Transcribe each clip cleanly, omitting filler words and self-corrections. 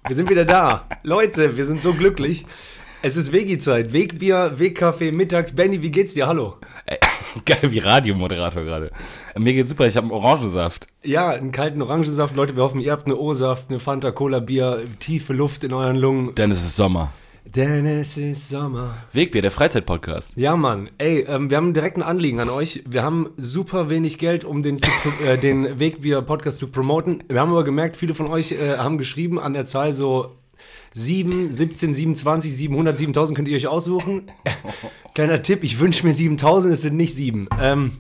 Wir sind wieder da. Leute, wir sind so glücklich. Es ist Vegi-Zeit. Wegbier, Wegkaffee, mittags. Benny, wie geht's dir? Hallo. Ey, geil, wie Radiomoderator gerade. Mir geht's super, ich habe einen Orangensaft. Ja, einen kalten Orangensaft. Leute, wir hoffen, ihr habt eine O-Saft, eine Fanta, Cola, Bier, tiefe Luft in euren Lungen. Denn es ist Sommer. Denn es ist Sommer. Wegbier, der Freizeitpodcast. Ja, Mann. Ey, wir haben direkt ein Anliegen an euch. Wir haben super wenig Geld, um den Wegbier-Podcast zu promoten. Wir haben aber gemerkt, viele von euch haben geschrieben an der Zahl so 7, 17, 27, 700, 7000 könnt ihr euch aussuchen. Kleiner Tipp, ich wünsche mir 7000, es sind nicht 7.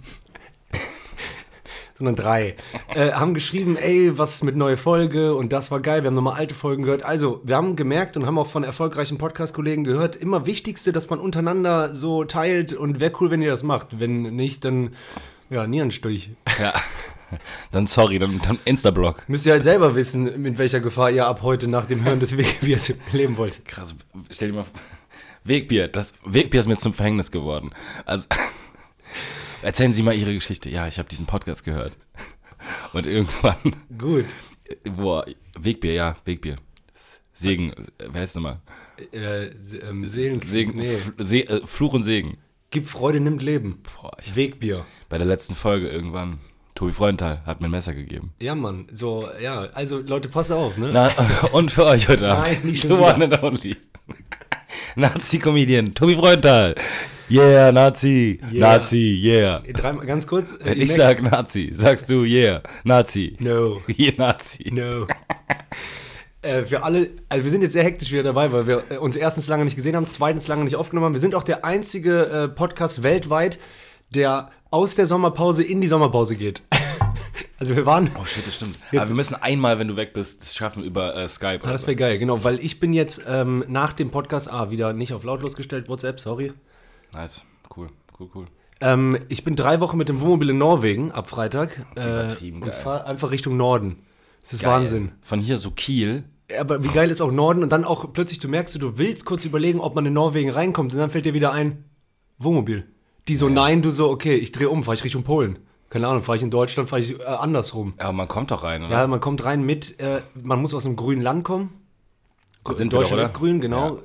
Sondern 3. Haben geschrieben, ey, was mit neue Folge und das war geil, wir haben nochmal alte Folgen gehört. Also, wir haben gemerkt und haben auch von erfolgreichen Podcast-Kollegen gehört, immer Wichtigste, dass man untereinander so teilt und wäre cool, wenn ihr das macht. Wenn nicht, dann, ja, Nierenstich. Ja, dann sorry, dann Insta-Blog. Müsst ihr halt selber wissen, mit welcher Gefahr ihr ab heute nach dem Hören des Wegbiers leben wollt. Krass, stell dir mal vor, Wegbier ist mir zum Verhängnis geworden. Also... Erzählen Sie mal Ihre Geschichte. Ja, ich habe diesen Podcast gehört. Und irgendwann... Gut. Boah, Wegbier. Segen, wer heißt nochmal? Segen. Nee. Fluch und Segen. Gib Freude, nimmt Leben. Boah, Wegbier. Bei der letzten Folge irgendwann, Tobi Freudenthal hat mir ein Messer gegeben. Ja, Mann. So, ja, also Leute, passt auf, ne? Na, und für euch heute Abend. Nein, nicht schon The wieder. one and only. Nazi-Comedian, Tobi Freudenthal. Yeah, Nazi, Yeah. Nazi, yeah. Dreimal, ganz kurz. Wenn ich sag Nazi, sagst du yeah, Nazi. No. Yeah, Nazi. No. Für alle, also wir sind jetzt sehr hektisch wieder dabei, weil wir uns erstens lange nicht gesehen haben, zweitens lange nicht aufgenommen haben. Wir sind auch der einzige Podcast weltweit, der aus der Sommerpause in die Sommerpause geht. Also wir waren... Oh shit, das stimmt. Jetzt- Aber wir müssen einmal, wenn du weg bist, das schaffen über Skype. Ah, das wäre geil, genau, weil ich bin jetzt nach dem Podcast, wieder nicht auf lautlos gestellt, WhatsApp, sorry. Nice, cool. Ich bin 3 Wochen mit dem Wohnmobil in Norwegen ab Freitag Übertrieben und geil. fahre einfach Richtung Norden. Das ist Geil. Wahnsinn. Von hier so Kiel. Aber wie geil ist auch Norden und dann auch plötzlich, du merkst, du willst kurz überlegen, ob man in Norwegen reinkommt und dann fällt dir wieder ein, Wohnmobil. Die so, nein, du so, okay, ich drehe um, fahre ich Richtung Polen. Keine Ahnung, fahre ich in Deutschland, fahre ich andersrum. Aber man kommt doch rein, oder? Ja, man kommt rein mit, man muss aus einem grünen Land kommen. Sind wir Deutschland doch, ist grün, genau.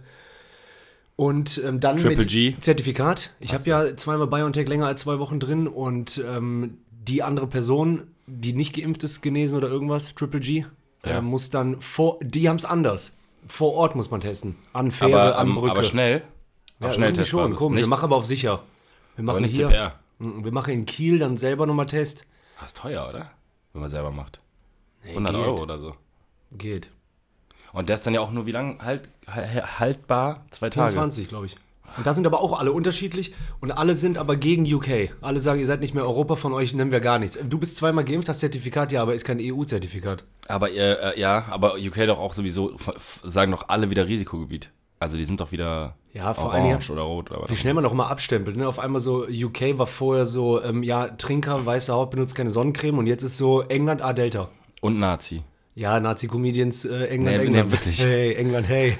Und dann Triple mit G. Zertifikat. Ich habe ja zweimal BioNTech länger als 2 Wochen drin und die andere Person, die nicht geimpft ist, genesen oder irgendwas, Triple G, Ja. muss dann die haben es anders. Vor Ort muss man testen. An Fähre, an Brücke. aber schnell. Ja, Auf irgendwie Schnelltest. schon, komisch. Wir machen aber auf sicher. Wir machen aber nicht hier, CPR. Wir machen in Kiel dann selber nochmal Test. Das ist teuer, oder? Wenn man selber macht. Nee, 100 geht. Euro oder so. Geht. Und der ist dann ja auch nur wie lang haltbar? 2 Tage. 24, glaube ich. Und da sind aber auch alle unterschiedlich und alle sind aber gegen UK. Alle sagen, ihr seid nicht mehr Europa, von euch nehmen wir gar nichts. Du bist zweimal geimpft, hast Zertifikat, ja, aber ist kein EU-Zertifikat. Aber aber UK doch auch sowieso, sagen doch alle wieder Risikogebiet. Also die sind doch wieder Ja, vor allem, orange oder rot oder was. wie schnell man doch immer abstempelt. Ne? Auf einmal so, UK war vorher so, Trinker, weiße Haut, benutzt keine Sonnencreme und jetzt ist so England, Delta. Und Nazi. Ja, Nazi-Comedians, England, Nee, England. nee, wirklich. Hey, England, hey.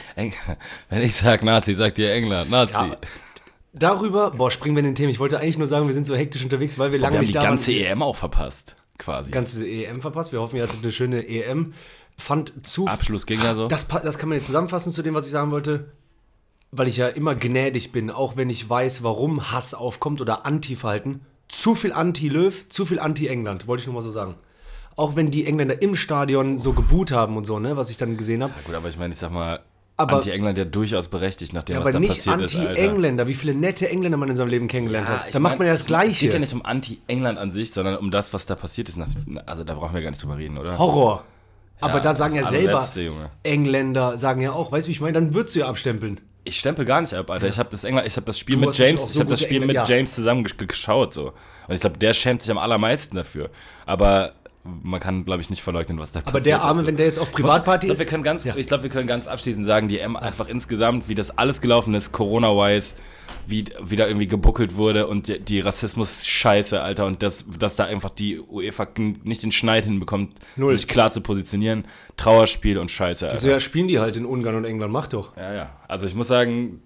Wenn ich sag Nazi, sagt ihr England. Nazi. Ja, darüber, springen wir in den Themen. Ich wollte eigentlich nur sagen, wir sind so hektisch unterwegs, weil wir Wir lange haben nicht die da ganze waren. EM auch verpasst, quasi. Ganze EM verpasst. Wir hoffen, ihr hattet eine schöne EM. Abschluss ging ja so. Das kann man jetzt zusammenfassen zu dem, was ich sagen wollte. Weil ich ja immer gnädig bin, auch wenn ich weiß, warum Hass aufkommt oder Anti-Verhalten. Zu viel Anti-Löw, zu viel Anti-England, wollte ich nur mal so sagen. Auch wenn die Engländer im Stadion so geboot haben und so, ne, was ich dann gesehen habe. Ja, gut, aber ich meine, ich sag mal, Aber- Anti-England ja durchaus berechtigt, nach dem, Ja, was aber da nicht passiert ist, Alter. Anti-Engländer, wie viele nette Engländer man in seinem Leben kennengelernt hat. ich Da macht mein, man ja das Es Gleiche. geht ja nicht um Anti-England an sich, sondern um das, was da passiert ist. Also da brauchen wir gar nicht drüber reden, oder? Horror. Aber Ja, da sagen ja das selber allerletzte, Junge. Engländer, sagen ja auch, weißt du, wie ich meine, dann würdest du ja abstempeln. Ich stempel gar nicht ab, Alter. Ich habe das Spiel Du mit hast natürlich James, auch ich so habe das gute Spiel mit Engländer, ja. James zusammen geschaut, so. Und ich glaube, der schämt sich am allermeisten dafür. Aber man kann, glaube ich, nicht verleugnen, was da passiert Aber der Arme, ist. wenn der jetzt auf Privatparty ist. Ich glaube, wir können ganz abschließend sagen, die EM einfach insgesamt, wie das alles gelaufen ist, Corona-wise, wie da irgendwie gebuckelt wurde und die Rassismus-Scheiße, Alter, und dass da einfach die UEFA nicht den Schneid hinbekommt, Null. sich klar zu positionieren. Trauerspiel und Scheiße, Alter. So, ja, spielen die halt in Ungarn und England, mach doch. Ja. Also ich muss sagen,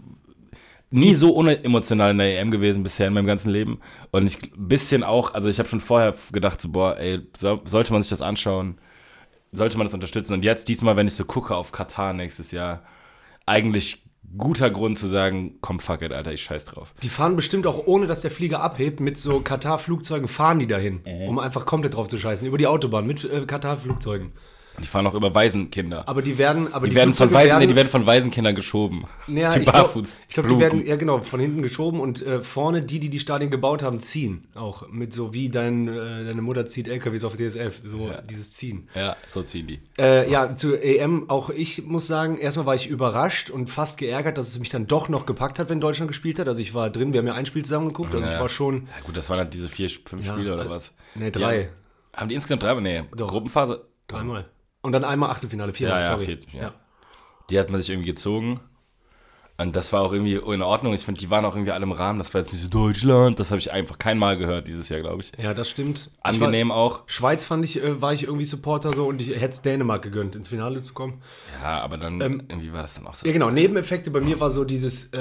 nie so unemotional in der EM gewesen bisher in meinem ganzen Leben. Und ein bisschen auch, also ich habe schon vorher gedacht, so, boah, ey, sollte man sich das anschauen? sollte man das unterstützen. Und jetzt, diesmal, wenn ich so gucke auf Katar nächstes Jahr, eigentlich guter Grund zu sagen, komm, fuck it, Alter, ich scheiß drauf. Die fahren bestimmt auch, ohne dass der Flieger abhebt, mit so Katar-Flugzeugen fahren die dahin, um einfach komplett drauf zu scheißen. Über die Autobahn mit Katar-Flugzeugen. Die fahren auch über Waisenkinder. Aber die werden von Waisenkindern geschoben. Ja, die barfuß. Ich glaube, die werden, ja genau, von hinten geschoben und vorne die Stadien gebaut haben, ziehen. Auch mit so wie deine Mutter zieht LKWs auf DSF, so dieses Ziehen. Ja, so ziehen die. Ja, zur EM, auch ich muss sagen, erstmal war ich überrascht und fast geärgert, dass es mich dann doch noch gepackt hat, wenn Deutschland gespielt hat. Also ich war drin, wir haben ja ein Spiel zusammen geguckt, also ich war schon... Ja gut, das waren halt diese 4-5 Spiele oder was? Ne, 3. Haben die insgesamt 3? Nee, Doch. Gruppenphase? 3-mal. Und dann einmal Achtelfinale, 4-mal, sorry. Ja. Die hat man sich irgendwie gezogen. Und das war auch irgendwie in Ordnung. Ich finde, die waren auch irgendwie alle im Rahmen. Das war jetzt nicht so Deutschland. Das habe ich einfach kein Mal gehört dieses Jahr, glaube ich. Ja, das stimmt. Angenehm auch. Schweiz war ich irgendwie Supporter so und ich hätte es Dänemark gegönnt, ins Finale zu kommen. Ja, aber dann irgendwie war das dann auch so. Ja, genau. Nebeneffekte bei mir war so dieses,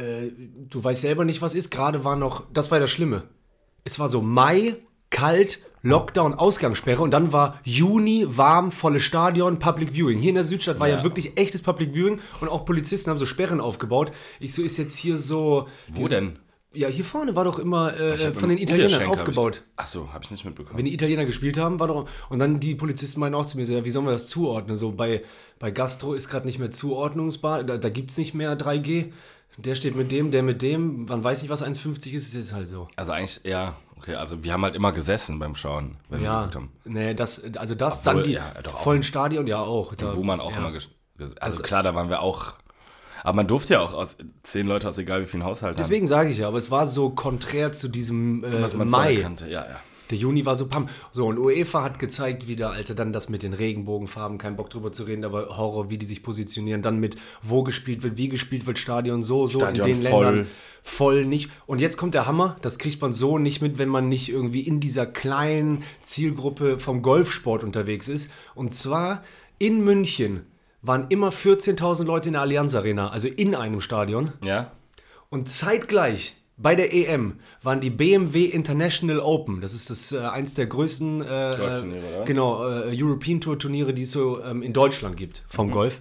du weißt selber nicht, was ist. Gerade war noch, das war das Schlimme. Es war so Mai, kalt, Lockdown, Ausgangssperre und dann war Juni, warm, volles Stadion, Public Viewing. Hier in der Südstadt war ja wirklich echtes Public Viewing und auch Polizisten haben so Sperren aufgebaut. Ich so, ist jetzt hier so... Wo denn? Ja, hier vorne war doch immer von den Italienern aufgebaut. Achso, habe ich nicht mitbekommen. Wenn die Italiener gespielt haben, war doch... Und dann die Polizisten meinen auch zu mir so, ja, wie sollen wir das zuordnen? So bei Gastro ist gerade nicht mehr zuordnungsbar, da gibt es nicht mehr 3G. Der steht mit dem, der mit dem. Man weiß nicht, was 1,50 ist jetzt halt so. Also eigentlich, ja, okay, also wir haben halt immer gesessen beim Schauen, wenn wir geguckt haben. Nee, Obwohl, dann die vollen Stadion, ja auch. Wo man auch immer, also klar, da waren wir auch, aber man durfte ja auch 10 Leute aus egal wie vielen Haushalten. Deswegen sage ich ja, aber es war so konträr zu diesem was man Mai. Kannte. Ja. Der Juni war so pam. So, und UEFA hat gezeigt wieder, Alter, dann das mit den Regenbogenfarben, kein Bock drüber zu reden, aber Horror, wie die sich positionieren. Dann mit, wo gespielt wird, wie gespielt wird, Stadion Stadion in den voll. Ländern. Voll nicht. Und jetzt kommt der Hammer, das kriegt man so nicht mit, wenn man nicht irgendwie in dieser kleinen Zielgruppe vom Golfsport unterwegs ist. Und zwar in München waren immer 14.000 Leute in der Allianz Arena, also in einem Stadion. Ja. Und zeitgleich bei der EM waren die BMW International Open. Das ist eins der größten Golfturniere, oder? Genau, European Tour Turniere, die es so in Deutschland gibt vom Golf.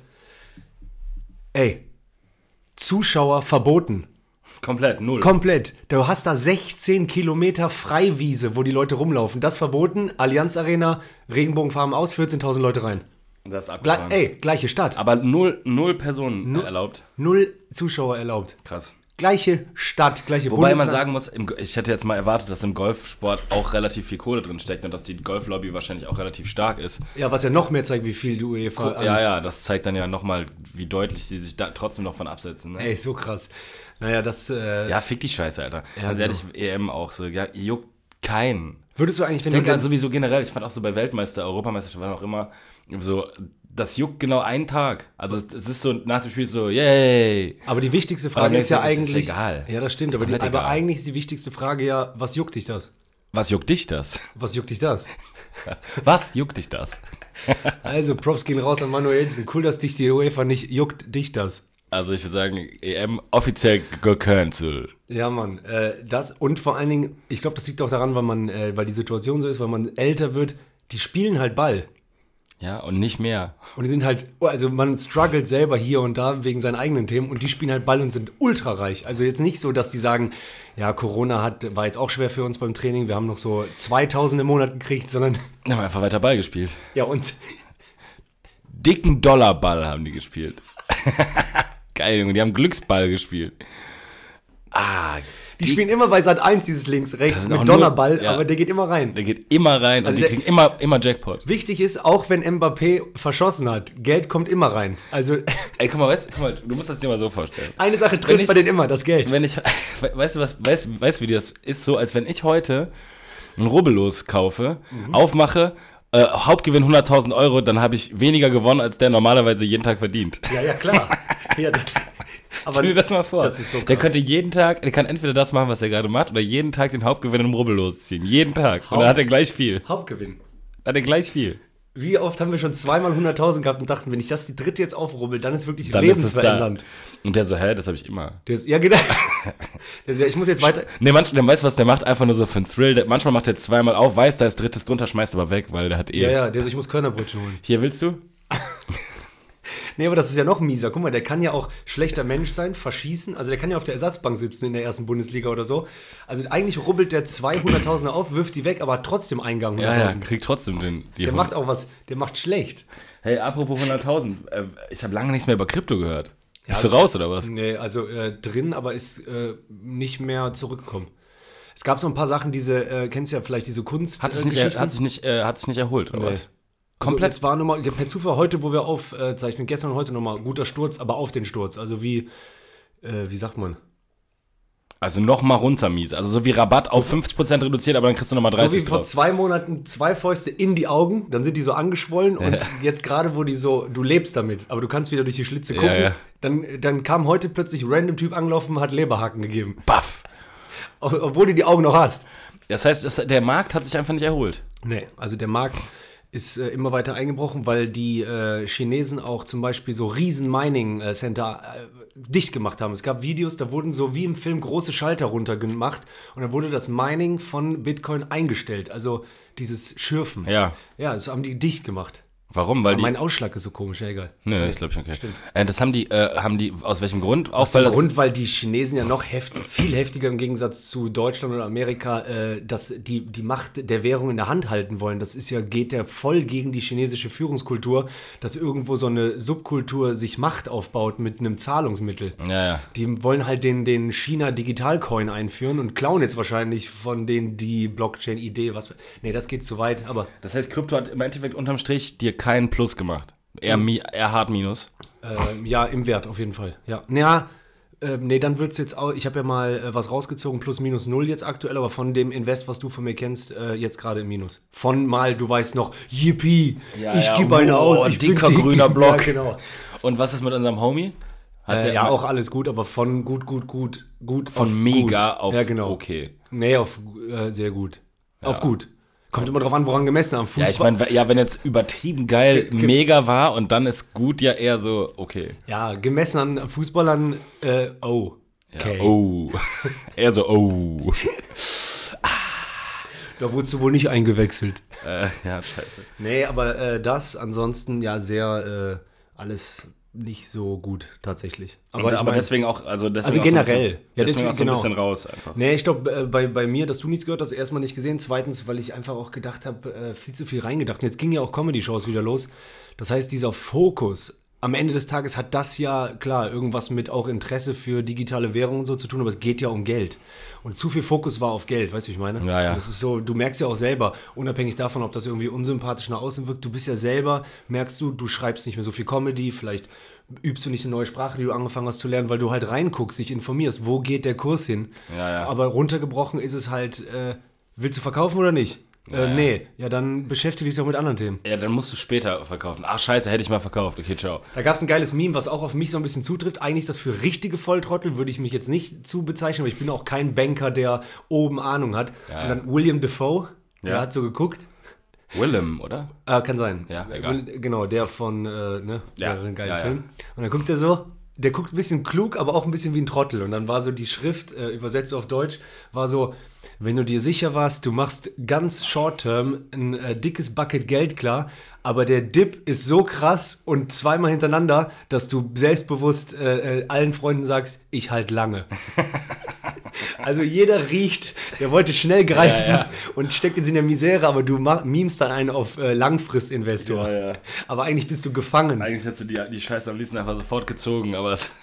Ey, Zuschauer verboten. Komplett, null. Komplett. Du hast da 16 Kilometer Freiwiese, wo die Leute rumlaufen. Das verboten. Allianz Arena, Regenbogenfarben aus, 14.000 Leute rein. Das ist abgefahren. Gleiche Stadt. Aber null Personen erlaubt. 0 Zuschauer erlaubt. Krass. Gleiche Stadt, gleiche Wobei Bundesland. man sagen muss, ich hätte jetzt mal erwartet, dass im Golfsport auch relativ viel Kohle drin steckt und dass die Golflobby wahrscheinlich auch relativ stark ist. Ja, was ja noch mehr zeigt, wie viel die UEFA Ja, das zeigt dann ja nochmal, wie deutlich die sich da trotzdem noch von absetzen. Ne? Ey, so krass. Naja, das... ja, fick die Scheiße, Alter. Ja, also ehrlich, EM auch so, ja, juckt keinen. Würdest du eigentlich... Ich denke sowieso generell, ich fand auch so bei Weltmeister, Europameisterschaft war auch immer so... Das juckt genau einen Tag. Also es ist so nach dem Spiel so, yay. Aber die wichtigste Frage ist ja eigentlich... Ist egal. Ja, das stimmt. Aber eigentlich ist die wichtigste Frage ja, was juckt dich das? Was juckt dich das? Was juckt dich das? Was juckt dich das? Also, Props gehen raus an Manuelsen. Cool, dass dich die UEFA nicht juckt dich das. Also ich würde sagen, EM offiziell gecancelt. Ja, Mann. Das und vor allen Dingen, ich glaube, das liegt auch daran, weil die Situation so ist, weil man älter wird, die spielen halt Ball. Ja, und nicht mehr. Und die sind halt, also man struggelt selber hier und da wegen seinen eigenen Themen und die spielen halt Ball und sind ultra reich. Also jetzt nicht so, dass die sagen, ja, Corona war jetzt auch schwer für uns beim Training, wir haben noch so 2.000 im Monat gekriegt, sondern... Wir haben einfach weiter Ball gespielt. Ja, und... Dicken Dollarball haben die gespielt. Geil, Junge, die haben Glücksball gespielt. Die spielen immer bei Sat.1 dieses links-rechts mit Donnerball, aber der geht immer rein. Der geht immer rein also und die kriegen immer Jackpot. Wichtig ist, auch wenn Mbappé verschossen hat, Geld kommt immer rein. Also ey, guck mal, du musst das dir mal so vorstellen. Eine Sache trifft bei denen immer, das Geld. Weißt du, wie das ist? So, als wenn ich heute ein Rubbellos kaufe, aufmache, Hauptgewinn 100.000 Euro, dann habe ich weniger gewonnen, als der normalerweise jeden Tag verdient. Ja, klar. Ja, aber stell dir das mal vor. Das ist so krass. Der kann entweder das machen, was er gerade macht, oder jeden Tag den Hauptgewinn im Rubbel losziehen. Jeden Tag. Und dann hat er gleich viel. Hauptgewinn. Hat er gleich viel. Wie oft haben wir schon zweimal 100.000 gehabt und dachten, wenn ich das die dritte jetzt aufrubbel, dann ist wirklich Dann lebensverändernd. ist es da. Und der so, das habe ich immer. Der ist, ja, genau. Der ist, ja, ich muss jetzt weiter. Nee, manchmal, weißt du, was der macht? Einfach nur so für einen Thrill. Manchmal macht er zweimal auf, weiß, da ist drittes drunter, schmeißt aber weg, weil der hat Ja, der so, ich muss Körnerbrötchen holen. Hier, willst du? Nee, aber das ist ja noch mieser. Guck mal, der kann ja auch schlechter Mensch sein, verschießen. Also der kann ja auf der Ersatzbank sitzen in der ersten Bundesliga oder so. Also eigentlich rubbelt der 200.000 auf, wirft die weg, aber hat trotzdem Eingang 100.000. Ja, kriegt trotzdem die Der macht auch was, der macht schlecht. Hey, apropos 100.000, ich habe lange nichts mehr über Krypto gehört. Ja, Bist du raus oder was? Nee, also drin, aber ist nicht mehr zurückgekommen. Es gab so ein paar Sachen, kennst du ja vielleicht diese Kunst. Hat sich nicht erholt, oder was? Komplett. Also, war nochmal, per Zufall heute, wo wir aufzeichnen, gestern und heute nochmal guter Sturz, aber auf den Sturz. Also wie sagt man? Also nochmal runter mies. Also so wie Rabatt auf 50% reduziert, aber dann kriegst du nochmal 30 So wie vor 2 Monaten 2 Fäuste in die Augen, dann sind die so angeschwollen und jetzt gerade, wo die so, du lebst damit, aber du kannst wieder durch die Schlitze gucken, dann kam heute plötzlich ein random Typ angelaufen und hat Leberhaken gegeben. Baff! Obwohl du die Augen noch hast. Das heißt, der Markt hat sich einfach nicht erholt. Nee, also der Markt ist immer weiter eingebrochen, weil die Chinesen auch zum Beispiel so riesen Mining-Center dicht gemacht haben. Es gab Videos, da wurden so wie im Film große Schalter runtergemacht und dann wurde das Mining von Bitcoin eingestellt, also dieses Schürfen. Ja. Ja, das haben die dicht gemacht. Warum? Weil Aber mein Ausschlag ist so komisch, ja egal. Nö, ich glaube schon, okay. Das haben die, aus welchem Grund? Aus dem Grund, weil die Chinesen ja noch viel heftiger im Gegensatz zu Deutschland oder Amerika, dass die Macht der Währung in der Hand halten wollen. Das geht ja voll gegen die chinesische Führungskultur, dass irgendwo so eine Subkultur sich Macht aufbaut mit einem Zahlungsmittel. Ja. Die wollen halt den China-Digital-Coin einführen und klauen jetzt wahrscheinlich von denen die Blockchain-Idee. Nee, das geht zu weit, aber... Das heißt, Krypto hat im Endeffekt unterm Strich dir keinen Plus gemacht. Eher hart Minus. Ja, im Wert auf jeden Fall. Ja. Naja, nee, dann wird es jetzt auch, ich habe ja mal was rausgezogen, plus minus 0 jetzt aktuell, aber von dem Invest, was du von mir kennst, jetzt gerade im Minus. Von mal, du weißt noch, yippie, ich gebe eine aus, ich dicker grüner Block. Ja, genau. Und was ist mit unserem Homie? Ja, auch alles gut, aber von gut von auf mega gut. auf ja, genau. Okay. Nee, auf sehr gut. Ja. Auf gut. Kommt immer drauf an, woran gemessen am Fußball. Ja, ich meine, wenn jetzt übertrieben geil mega war und dann ist gut ja eher so, okay. Ja, gemessen an Fußballern, okay. Ja, oh. Eher so, oh. Da wurdest du wohl nicht eingewechselt. Ja, scheiße. Nee, aber das ansonsten ja sehr alles nicht so gut tatsächlich. Aber deswegen auch, also generell. Deswegen auch so ein bisschen raus einfach. Nee, ich glaube, bei mir, dass du nichts gehört hast, erstmal nicht gesehen. Zweitens, weil ich einfach auch gedacht habe, viel zu viel reingedacht. Und jetzt gingen ja auch Comedy-Shows wieder los. Das heißt, dieser Fokus, am Ende des Tages hat das ja, klar, irgendwas mit auch Interesse für digitale Währungen und so zu tun, aber es geht ja um Geld. Und zu viel Fokus war auf Geld, weißt du, wie ich meine? Ja. Das ist so, du merkst ja auch selber, unabhängig davon, ob das irgendwie unsympathisch nach außen wirkt, du bist ja selber, merkst du schreibst nicht mehr so viel Comedy, vielleicht übst du nicht eine neue Sprache, die du angefangen hast zu lernen, weil du halt reinguckst, dich informierst, wo geht der Kurs hin? Ja. Aber runtergebrochen ist es halt, willst du verkaufen oder nicht? Nee, ja, dann beschäftige dich doch mit anderen Themen. Ja, dann musst du später verkaufen. Ach, scheiße, hätte ich mal verkauft. Okay, ciao. Da gab es ein geiles Meme, was auch auf mich so ein bisschen zutrifft. Eigentlich ist das für richtige Volltrottel, würde ich mich jetzt nicht zu bezeichnen, aber ich bin auch kein Banker, der oben Ahnung hat. Ja. Und dann William Dafoe, der hat so geguckt. Willem, oder? Kann sein. Ja, egal. Genau, der von, wäre ein geiler Film. Ja. Und dann guckt er so, der guckt ein bisschen klug, aber auch ein bisschen wie ein Trottel. Und dann war so die Schrift, übersetzt auf Deutsch, war so, wenn du dir sicher warst, du machst ganz short-term ein dickes Bucket Geld klar, aber der Dip ist so krass und zweimal hintereinander, dass du selbstbewusst allen Freunden sagst, ich halt lange. Also jeder riecht, der wollte schnell greifen und steckt jetzt in der Misere, aber du memest dann einen auf Langfristinvestor. Ja. Aber eigentlich bist du gefangen. Eigentlich hättest du die Scheiße am liebsten einfach sofort gezogen, aber es...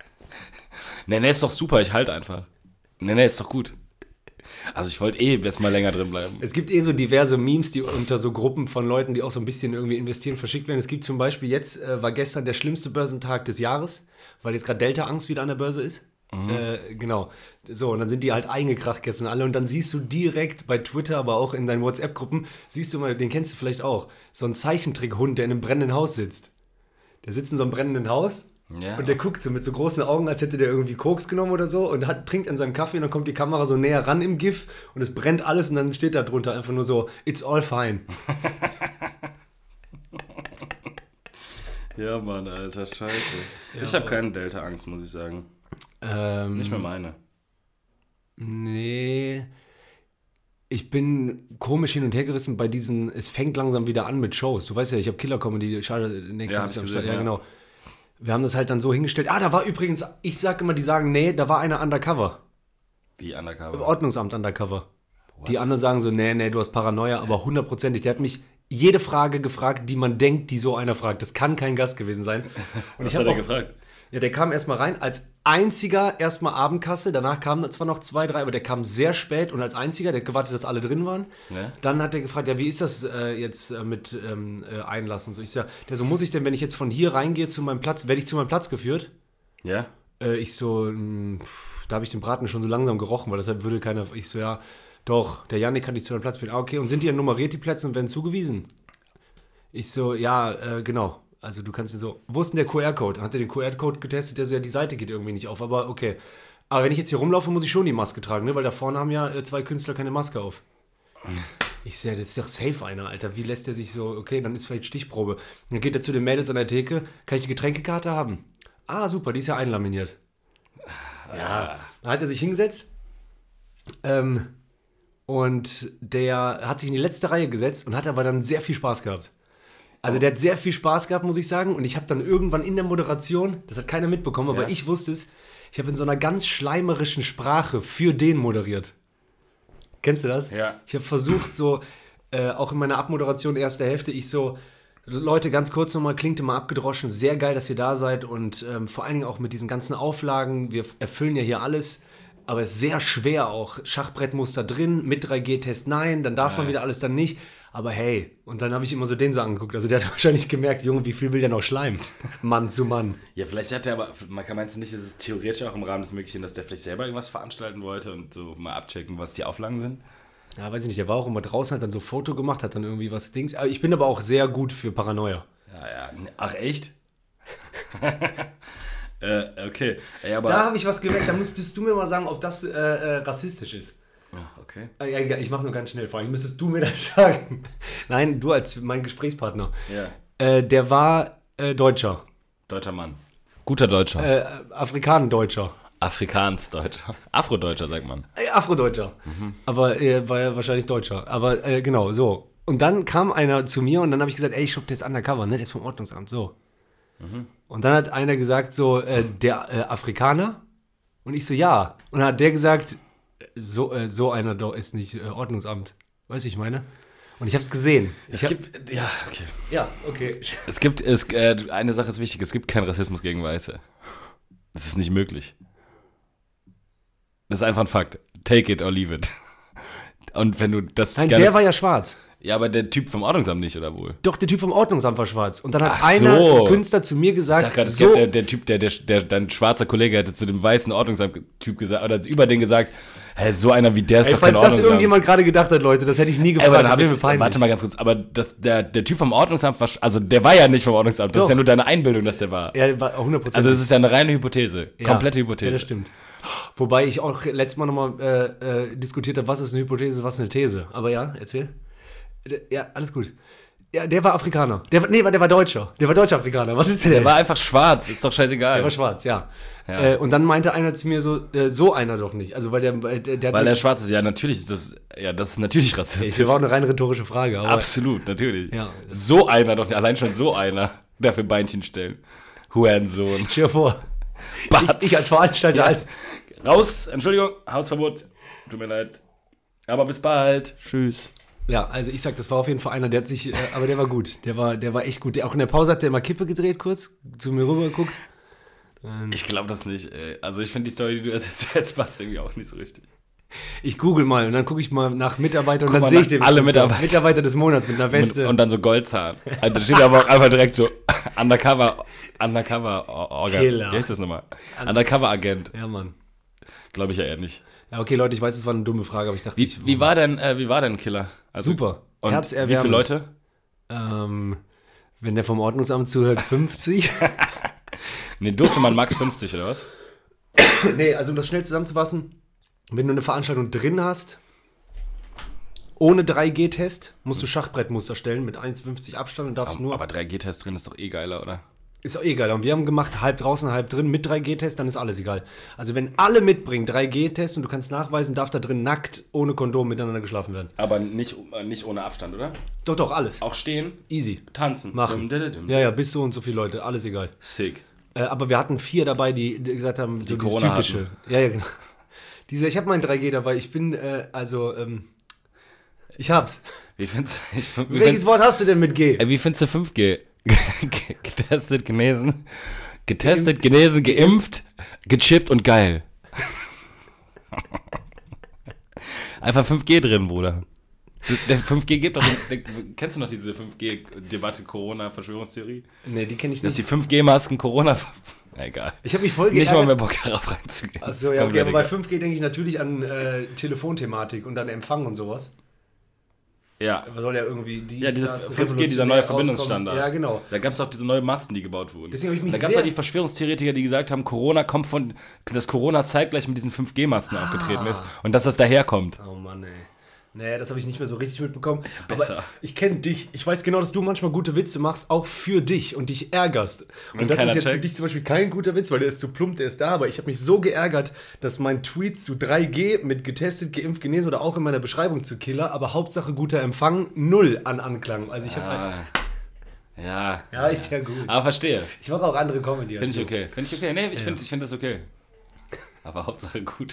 Nee, ist doch super, ich halt einfach. Nee, ist doch gut. Also ich wollte jetzt mal länger drin bleiben. Es gibt so diverse Memes, die unter so Gruppen von Leuten, die auch so ein bisschen irgendwie investieren, verschickt werden. Es gibt zum Beispiel jetzt, war gestern der schlimmste Börsentag des Jahres, weil jetzt gerade Delta-Angst wieder an der Börse ist. Genau. So, und dann sind die halt eingekracht gestern alle und dann siehst du direkt bei Twitter, aber auch in deinen WhatsApp-Gruppen, siehst du mal, den kennst du vielleicht auch, so einen Zeichentrick-Hund, der in einem brennenden Haus sitzt. Der sitzt in so einem brennenden Haus und der guckt so mit so großen Augen, als hätte der irgendwie Koks genommen oder so und trinkt an seinem Kaffee und dann kommt die Kamera so näher ran im GIF und es brennt alles und dann steht da drunter einfach nur so, it's all fine. Ja, Mann, Alter, scheiße. Ich habe keine Delta-Angst, muss ich sagen. Nicht mehr meine. Nee. Ich bin komisch hin und her gerissen bei diesen, es fängt langsam wieder an mit Shows. Du weißt ja, ich habe Killer-Comedy, schade, nächstes Jahr am Start. Ja, genau. Wir haben das halt dann so hingestellt. Da war übrigens, ich sag immer, die sagen, nee, da war einer undercover. Wie undercover? Ordnungsamt undercover. What? Die anderen sagen so, nee, du hast Paranoia, aber 100%. Der hat mich jede Frage gefragt, die man denkt, die so einer fragt. Das kann kein Gast gewesen sein. Und was hat er gefragt? Ja, der kam erstmal rein, als einziger erstmal Abendkasse, danach kamen zwar noch 2, 3, aber der kam sehr spät und als einziger, der hat gewartet, dass alle drin waren. Ja. Dann hat er gefragt, ja, wie ist das jetzt mit Einlass und so. Ich sag, der so, muss ich denn, wenn ich jetzt von hier reingehe zu meinem Platz, werde ich zu meinem Platz geführt? Ja. Ich so, da habe ich den Braten schon so langsam gerochen, weil deshalb würde keiner, ich so, ja, doch, der Janik kann dich zu deinem Platz führen. Ah, okay, und sind die dann nummeriert, die Plätze, und werden zugewiesen? Ich so, ja, genau. Also du kannst den so, wo ist denn der QR-Code? Hat er den QR-Code getestet, der so, ja, die Seite geht irgendwie nicht auf, aber okay. Aber wenn ich jetzt hier rumlaufe, muss ich schon die Maske tragen, ne? Weil da vorne haben ja 2 Künstler keine Maske auf. Ich sehe, das ist doch safe einer, Alter. Wie lässt der sich so, okay, dann ist vielleicht Stichprobe. Dann geht er zu den Mädels an der Theke, kann ich die Getränkekarte haben? Ah, super, die ist ja einlaminiert. Ja, dann hat er sich hingesetzt und der hat sich in die letzte Reihe gesetzt und hat aber dann sehr viel Spaß gehabt. Also der hat sehr viel Spaß gehabt, muss ich sagen. Und ich habe dann irgendwann in der Moderation, das hat keiner mitbekommen, aber ich wusste es, ich habe in so einer ganz schleimerischen Sprache für den moderiert. Kennst du das? Ja. Ich habe versucht so, auch in meiner Abmoderation erste Hälfte, ich so, Leute, ganz kurz nochmal, klingt immer abgedroschen, sehr geil, dass ihr da seid und vor allen Dingen auch mit diesen ganzen Auflagen, wir erfüllen ja hier alles, aber es ist sehr schwer auch, Schachbrettmuster drin, mit 3G-Test nein, dann darf man wieder alles, dann nicht. Aber hey, und dann habe ich immer so den so angeguckt. Also der hat wahrscheinlich gemerkt, Junge, wie viel will der noch schleimen? Mann zu Mann. Ja, vielleicht hat er aber, meinst du nicht, ist es theoretisch auch im Rahmen des Möglichen, dass der vielleicht selber irgendwas veranstalten wollte und so mal abchecken, was die Auflagen sind? Ja, weiß ich nicht, der war auch immer draußen, hat dann so Foto gemacht, hat dann irgendwie was Dings. Aber ich bin aber auch sehr gut für Paranoia. Ja. Ach, echt? Okay. Ey, aber da habe ich was gemerkt, da müsstest du mir mal sagen, ob das rassistisch ist. Ja, okay. Ja, ich mache nur ganz schnell, vor allem müsstest du mir das sagen. Nein, du als mein Gesprächspartner. Ja. Der war Deutscher. Deutscher Mann. Guter Deutscher. Afrikanendeutscher. Afrikaans-Deutscher. Afrodeutscher, sagt man. Afrodeutscher. Aber war ja wahrscheinlich Deutscher. Aber genau, so. Und dann kam einer zu mir und dann habe ich gesagt, ey, ich glaube, der ist undercover, ne? Der ist vom Ordnungsamt, so. Und dann hat einer gesagt, so, der Afrikaner? Und ich so, ja. Und dann hat der gesagt, so einer doch ist nicht Ordnungsamt. Weißt du, ich meine? Und ich habe es gesehen. Ja, okay. Eine Sache ist wichtig, es gibt keinen Rassismus gegen Weiße. Das ist nicht möglich. Das ist einfach ein Fakt. Take it or leave it. Und wenn du das... Nein, der war ja schwarz. Ja, aber der Typ vom Ordnungsamt nicht, oder wohl? Doch, der Typ vom Ordnungsamt war schwarz. Und dann hat ein Künstler zu mir gesagt... Ich sag grad, so der Typ, dein schwarzer Kollege hätte zu dem weißen Ordnungsamt-Typ gesagt, oder über den gesagt, hey, so einer wie der ist doch kein Ordnungsamt. Falls das irgendjemand gerade gedacht hat, Leute, das hätte ich nie gefragt, das wäre mir peinlich. Warte mal ganz kurz, aber der Typ vom Ordnungsamt war... Also, der war ja nicht vom Ordnungsamt, das ist ja nur deine Einbildung, dass der war. Ja, der war 100%. Also, das ist ja eine reine Hypothese, komplette Hypothese. Ja, das stimmt. Wobei ich auch letztes Mal nochmal diskutiert habe, was ist eine Hypothese, was ist eine These. Aber ja, erzähl. Ja, alles gut. Ja, der war Afrikaner. Der war Deutscher. Der war Deutsch-Afrikaner. Was ist denn der? Der war einfach schwarz, ist doch scheißegal. Der war schwarz, ja. Und dann meinte einer zu mir so einer doch nicht. Also, weil der schwarz ist, ja, natürlich ist das ist natürlich rassistisch. Das war auch eine rein rhetorische Frage. Aber absolut, natürlich. Ja. So einer doch, allein schon so einer darf im Beinchen stellen. Hurensohn. Stell dir vor. Ich als Veranstalter Raus, Entschuldigung, Hausverbot. Tut mir leid. Aber bis bald. Tschüss. Ja, also ich sag, das war auf jeden Fall einer, der hat sich, aber der war gut. Der war echt gut. Auch in der Pause hat der immer Kippe gedreht kurz, zu mir rüber geguckt. Ich glaube das nicht, ey. Also ich finde die Story, die du erzählst, passt irgendwie auch nicht so richtig. Ich google mal und dann gucke ich mal nach Mitarbeitern und dann sehe ich den alle Mitarbeiter des Monats mit einer Weste. Und dann so Goldzahn. Also da steht aber auch einfach direkt so Undercover Killer. Wie heißt das nochmal? Undercover-Agent. Ja, Mann. Glaube ich ja eher nicht. Ja, okay, Leute, ich weiß, es war eine dumme Frage, aber ich dachte... Wie war denn Killer? Also, super. Und wie viele Leute? Wenn der vom Ordnungsamt zuhört, 50. Nee, durfte man max 50, oder was? Nee, also um das schnell zusammenzufassen, wenn du eine Veranstaltung drin hast, ohne 3G-Test, musst du Schachbrettmuster stellen mit 1,50 Abstand und darfst nur... Aber 3G-Test drin ist doch eh geiler, oder? Ist auch egal. Und wir haben gemacht, halb draußen, halb drin, mit 3G-Test, dann ist alles egal. Also wenn alle mitbringen 3G-Test und du kannst nachweisen, darf da drin nackt, ohne Kondom miteinander geschlafen werden. Aber nicht ohne Abstand, oder? Doch, alles. Auch stehen? Easy. Tanzen? Machen. Ja, bis so und so viele Leute, alles egal. Sick. Aber wir hatten 4 dabei, die gesagt haben, so dieses Corona typische. hatten. Ja, genau. Ich habe mein 3G dabei, ich bin, ich hab's. Welches Wort hast du denn mit G? Wie findest du 5G? Getestet, genesen. Getestet, genesen, geimpft, gechippt und geil. Einfach 5G drin, Bruder. Der 5G gibt doch, kennst du noch diese 5G-Debatte, Corona-Verschwörungstheorie? Nee, die kenne ich nicht. Dass die 5G-Masken Corona... Egal. Ich habe mich voll geärgert. Nicht mal mehr Bock darauf reinzugehen. Achso, ja, okay, aber bei 5G denke ich natürlich an Telefonthematik und an Empfang und sowas. Ja. Man soll ja irgendwie diese 5G, dieser neue Verbindungsstandard. Ja, genau. Da gab es auch diese neuen Masten, die gebaut wurden. Deswegen habe ich mich da gab es auch die Verschwörungstheoretiker, die gesagt haben, dass Corona zeitgleich mit diesen 5G-Masten aufgetreten ist und dass das daherkommt. Oh Mann, ey. Nee, das habe ich nicht mehr so richtig mitbekommen. Besser. Aber ich kenne dich. Ich weiß genau, dass du manchmal gute Witze machst, auch für dich und dich ärgerst. Und das ist jetzt für dich zum Beispiel kein guter Witz, weil der ist zu plump, der ist da. Aber ich habe mich so geärgert, dass mein Tweet zu 3G mit getestet, geimpft, genesen oder auch in meiner Beschreibung zu Killer, aber Hauptsache guter Empfang, 0 an Anklang. Also ich habe Ja, ist ja gut. Aber verstehe. Ich mache auch andere Comedy. Finde ich okay. Nee, ich finde das okay. Aber Hauptsache gut.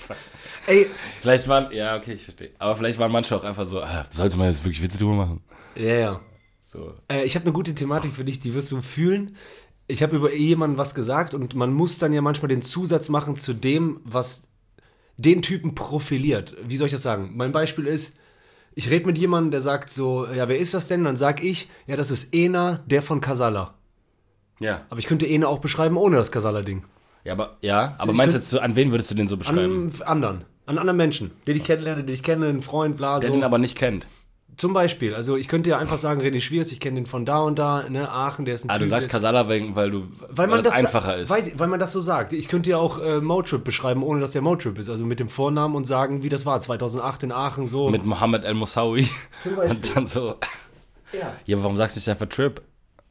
Ey. Vielleicht waren, ja, okay, ich verstehe. Aber vielleicht waren manche auch einfach so, sollte man jetzt wirklich Witze drüber machen? Ja. So. Ich habe eine gute Thematik für dich, die wirst du fühlen. Ich habe über jemanden was gesagt und man muss dann ja manchmal den Zusatz machen zu dem, was den Typen profiliert. Wie soll ich das sagen? Mein Beispiel ist, ich rede mit jemandem, der sagt so, ja, wer ist das denn? Und dann sag ich, ja, das ist Ena, der von Casala. Ja. Aber ich könnte Ena auch beschreiben ohne das Casala-Ding. Aber meinst du jetzt, an wen würdest du den so beschreiben? An anderen Menschen, die ich kennenlerne, die ich kenne, einen Freund, bla, so. Der den aber nicht kennt. Zum Beispiel, also ich könnte ja einfach sagen, René Schwiers, ich kenne den von da und da, ne, Aachen, der ist ein Typ. Du sagst Casala, weil das einfacher ist. Weil man das so sagt. Ich könnte ja auch Motrip beschreiben, ohne dass der Motrip ist, also mit dem Vornamen und sagen, wie das war, 2008 in Aachen, so. Mit Mohammed El-Moussaoui. Und dann so, ja, aber warum sagst du nicht einfach Trip?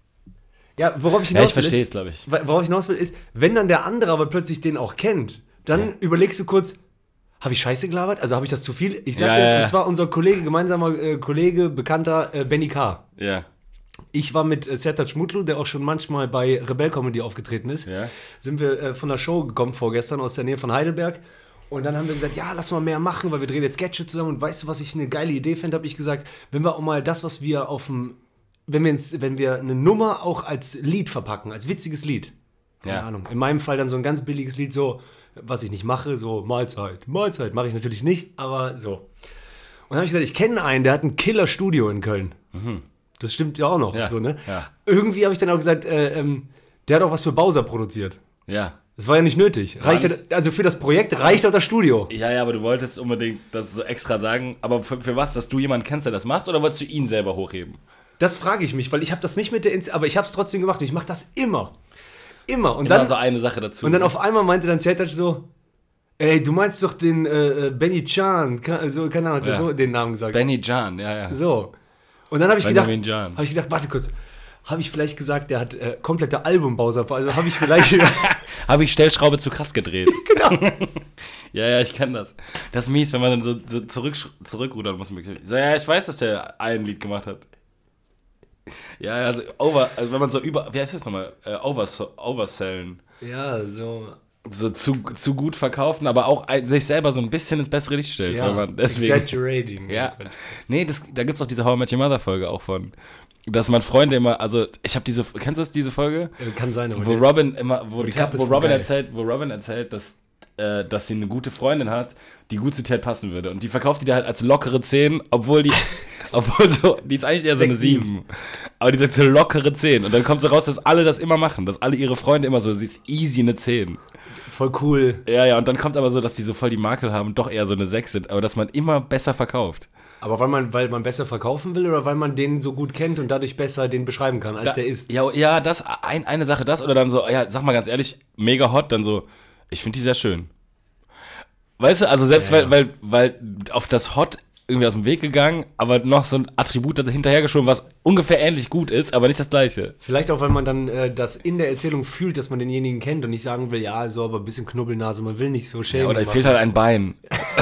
Ja, worauf ich hinaus will, ich verstehe es, glaube ich. Worauf ich hinaus will, ist, wenn dann der andere aber plötzlich den auch kennt, dann überlegst du kurz, habe ich Scheiße gelabert? Also habe ich das zu viel? Ich sag dir das, und zwar unser gemeinsamer Kollege, Bekannter, Benny K. Ja. Ich war mit Sertac Mutlu, der auch schon manchmal bei Rebell Comedy aufgetreten ist, sind wir von der Show gekommen vorgestern aus der Nähe von Heidelberg. Und dann haben wir gesagt, ja, lass mal mehr machen, weil wir drehen jetzt Sketche zusammen. Und weißt du, was ich eine geile Idee fände, habe ich gesagt, wenn wir auch mal das, was wir wenn wir eine Nummer auch als Lied verpacken, als witziges Lied. Keine Ahnung. In meinem Fall dann so ein ganz billiges Lied, so, was ich nicht mache, so Mahlzeit mache ich natürlich nicht, aber so. Und dann habe ich gesagt, ich kenne einen, der hat ein Killer-Studio in Köln. Mhm. Das stimmt ja auch noch. Ja. So, ne? Ja. Irgendwie habe ich dann auch gesagt, der hat auch was für Bowser produziert. Ja. Das war ja nicht nötig. Also für das Projekt reicht auch das Studio. Ja, aber du wolltest unbedingt das so extra sagen. Aber für was? Dass du jemanden kennst, der das macht? Oder wolltest du ihn selber hochheben? Das frage ich mich, weil ich habe das nicht aber ich habe es trotzdem gemacht und ich mache das immer. Immer. Und immer dann so eine Sache dazu. Und dann auf einmal meinte dann Sertac so, ey, du meinst doch den Benny Can, so, keine Ahnung, hat er so den Namen gesagt. Benny Can, ja. So. Und dann habe ich gedacht, warte kurz, habe ich vielleicht gesagt, der hat komplette Albumbauser, also habe ich vielleicht... habe ich Stellschraube zu krass gedreht. Genau. Ja, ich kenne das. Das ist mies, wenn man dann so zurückrudern muss. So, ja, ich weiß, dass der ein Lied gemacht hat. Ja, also wenn man so wie heißt das nochmal? Oversellen. Ja, so. So zu gut verkaufen, aber auch sich selber so ein bisschen ins bessere Licht stellt. Ja, weil man deswegen, exaggerating. Ja. Nee, da gibt's auch diese How I Met Your Mother Folge auch von. Dass man Freunde immer, also ich habe kennst du diese Folge? Kann sein, aber wo Robin erzählt, dass sie eine gute Freundin hat, die gut zu Ted passen würde. Und die verkauft die da halt als lockere 10, die ist eigentlich eher so eine 7. Aber die sagt so lockere 10. Und dann kommt so raus, dass alle das immer machen, dass alle ihre Freunde immer so, sie ist easy eine 10. Voll cool. Ja, und dann kommt aber so, dass die so voll die Makel haben und doch eher so eine 6 sind, aber dass man immer besser verkauft. Aber weil man besser verkaufen will oder weil man den so gut kennt und dadurch besser den beschreiben kann, als der ist? Ja, das, eine Sache das oder dann so, ja, sag mal ganz ehrlich, mega hot, dann so, ich finde die sehr schön. Weißt du, also selbst weil auf das Hot irgendwie aus dem Weg gegangen, aber noch so ein Attribut hinterhergeschoben, was ungefähr ähnlich gut ist, aber nicht das gleiche. Vielleicht auch, weil man dann das in der Erzählung fühlt, dass man denjenigen kennt und nicht sagen will, ja, so, aber ein bisschen Knubbelnase, man will nicht so schämen. Ja, oder fehlt halt ein Bein.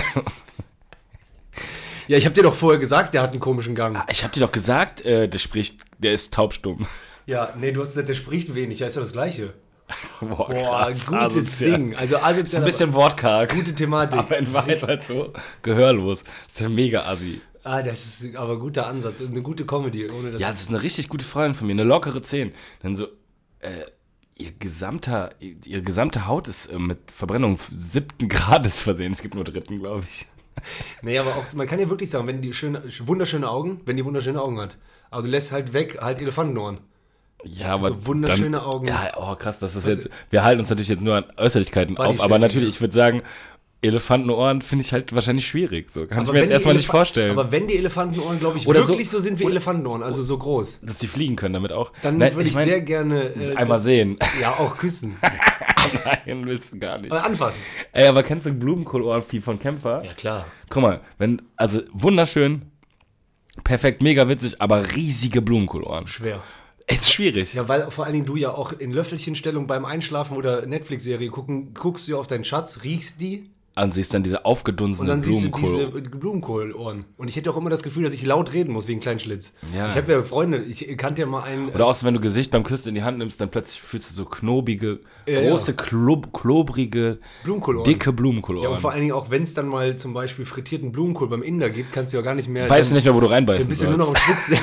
Ja, ich habe dir doch vorher gesagt, der hat einen komischen Gang. Ich habe dir doch gesagt, der ist taubstumm. Ja, nee, du hast gesagt, der spricht wenig, ja, ist ja das Gleiche. Boah, Gutes asozial. Ding. Also Ist ein bisschen wortkarg. gute Thematik. Aber in Wahrheit halt so gehörlos. Das ist ja mega assi. Das ist aber ein guter Ansatz. Eine gute Comedy. Ohne Ja, das ist eine richtig gute Freundin von mir. Eine lockere 10. Dann so, ihre gesamte Haut ist mit Verbrennung 7. Grades versehen. Es gibt nur 3., glaube ich. Nee, aber auch, man kann ja wirklich sagen, wenn die wunderschöne Augen hat. Aber du lässt halt weg, halt Elefantenohren. Ja, aber so wunderschöne Augen. Ja, oh krass, das ist jetzt. Wir halten uns natürlich jetzt nur an Äußerlichkeiten auf, aber natürlich, ich würde sagen, Elefantenohren finde ich halt wahrscheinlich schwierig. So kann ich mir jetzt erstmal nicht vorstellen. Aber wenn die Elefantenohren, glaube ich, oder wirklich so sind wie Elefantenohren, also so groß, dass die fliegen können damit auch. Dann würde ich sehr gerne einmal sehen. Ja, auch küssen. Nein, willst du gar nicht. Anfassen. Ey, aber kennst du Blumenkohlohren-Vieh von Kämpfer? Ja, klar. Guck mal, also wunderschön, perfekt, mega witzig, aber riesige Blumenkohlohren. Schwer. Ist schwierig. Ja, weil vor allen Dingen du ja auch in Löffelchenstellung beim Einschlafen oder Netflix-Serie gucken, guckst du ja auf deinen Schatz, riechst die. Und siehst dann diese aufgedunsenen Blumenkohl. Und dann siehst du diese Blumenkohlohren. Und ich hätte auch immer das Gefühl, dass ich laut reden muss wegen kleinen Schlitz. Ja. Ich habe ja Freunde, ich kannte ja mal einen... Oder auch so, wenn du Gesicht beim Küssen in die Hand nimmst, dann plötzlich fühlst du so knobige, große, klobrige, Blumenkohlohren. Dicke Blumenkohlohren. Ja, und vor allen Dingen auch, wenn es dann mal zum Beispiel frittierten Blumenkohl beim Inder gibt, kannst du ja gar nicht mehr... Weißt du nicht mehr, wo du reinbeißen Dann bist du nur noch am Schwitzen.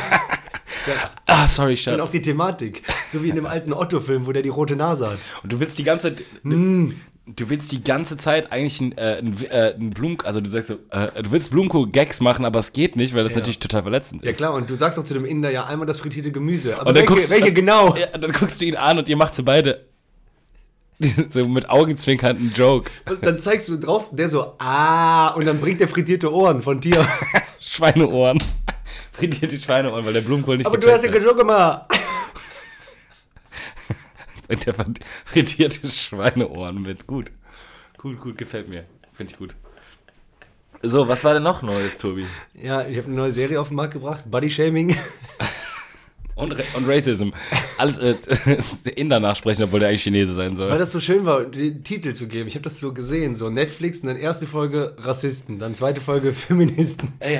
Sorry, Schatz. Und auch die Thematik. So wie in dem alten Otto-Film, wo der die rote Nase hat. Und du willst die ganze Zeit... Du willst die ganze Zeit eigentlich einen Blumenkohl... Also du sagst so, du willst Blumenkohl-Gags machen, aber es geht nicht, weil das natürlich total verletzend ist. Ja klar, und du sagst auch zu dem Inder, ja, einmal das frittierte Gemüse. Aber und dann welche genau? Ja, dann guckst du ihn an und ihr macht so beide so mit Augenzwinkern einen Joke. Und dann zeigst du drauf, der so, und dann bringt der frittierte Ohren von dir. Schweineohren. Frittierte Schweineohren, weil der Blumenkohl nicht aber du hast ja schon gemacht. Und der frittierte Schweineohren mit. Gut, gefällt mir. Finde ich gut. So, was war denn noch Neues, Tobi? Ja, ich habe eine neue Serie auf den Markt gebracht. Body Shaming. Und Racism. Alles Inder nachsprechen, obwohl der eigentlich Chinese sein soll. Weil das so schön war, den Titel zu geben. Ich habe das so gesehen. So Netflix und dann erste Folge Rassisten, dann zweite Folge Feministen. Ey,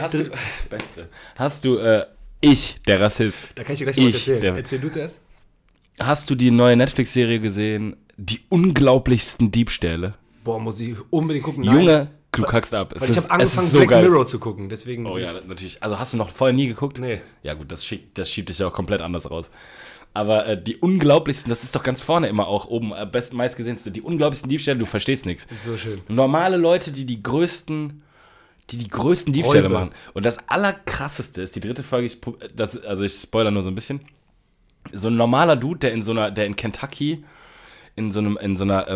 Hast du, ich, der Rassist. Da kann ich dir gleich noch was erzählen. Erzähl du zuerst. Hast du die neue Netflix-Serie gesehen? Die unglaublichsten Diebstähle. Boah, muss ich unbedingt gucken. Junge, du kackst ab. Weil ich habe angefangen, so Black Mirror zu gucken. Deswegen oh ja, natürlich. Also hast du noch vorher nie geguckt? Nee. Ja gut, das schiebt dich ja auch komplett anders raus. Aber die unglaublichsten, das ist doch ganz vorne immer auch oben, meistgesehenste. Die unglaublichsten Diebstähle, du verstehst nichts. Ist so schön. Normale Leute, die größten Diebstähle machen. Und das Allerkrasseste ist, die dritte Folge, ich spoiler nur so ein bisschen. So ein normaler Dude, der in Kentucky in so einer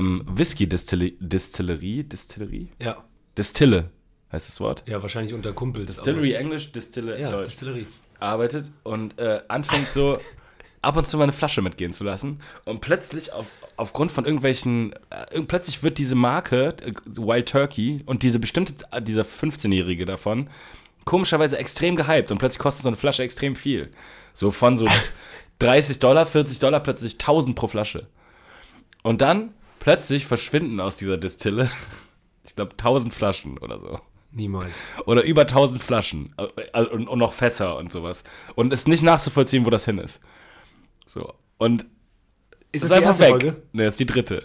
Whisky-Distillerie? Ja. Distille heißt das Wort. Ja, wahrscheinlich unter Kumpels. Distillery Englisch, Distille ja, Deutsch. Distillerie. Arbeitet und anfängt so ab und zu mal eine Flasche mitgehen zu lassen. Und plötzlich aufgrund von irgendwelchen, plötzlich wird diese Marke Wild Turkey und dieser 15-Jährige davon komischerweise extrem gehypt und plötzlich kostet so eine Flasche extrem viel. So von so $30, $40, plötzlich 1000 pro Flasche. Und dann plötzlich verschwinden aus dieser Distille, ich glaube, 1000 Flaschen oder so. Niemals. Oder über 1000 Flaschen und noch Fässer und sowas. Und es ist nicht nachzuvollziehen, wo das hin ist. So. Und ist das die erste Folge? Ne, das ist die dritte.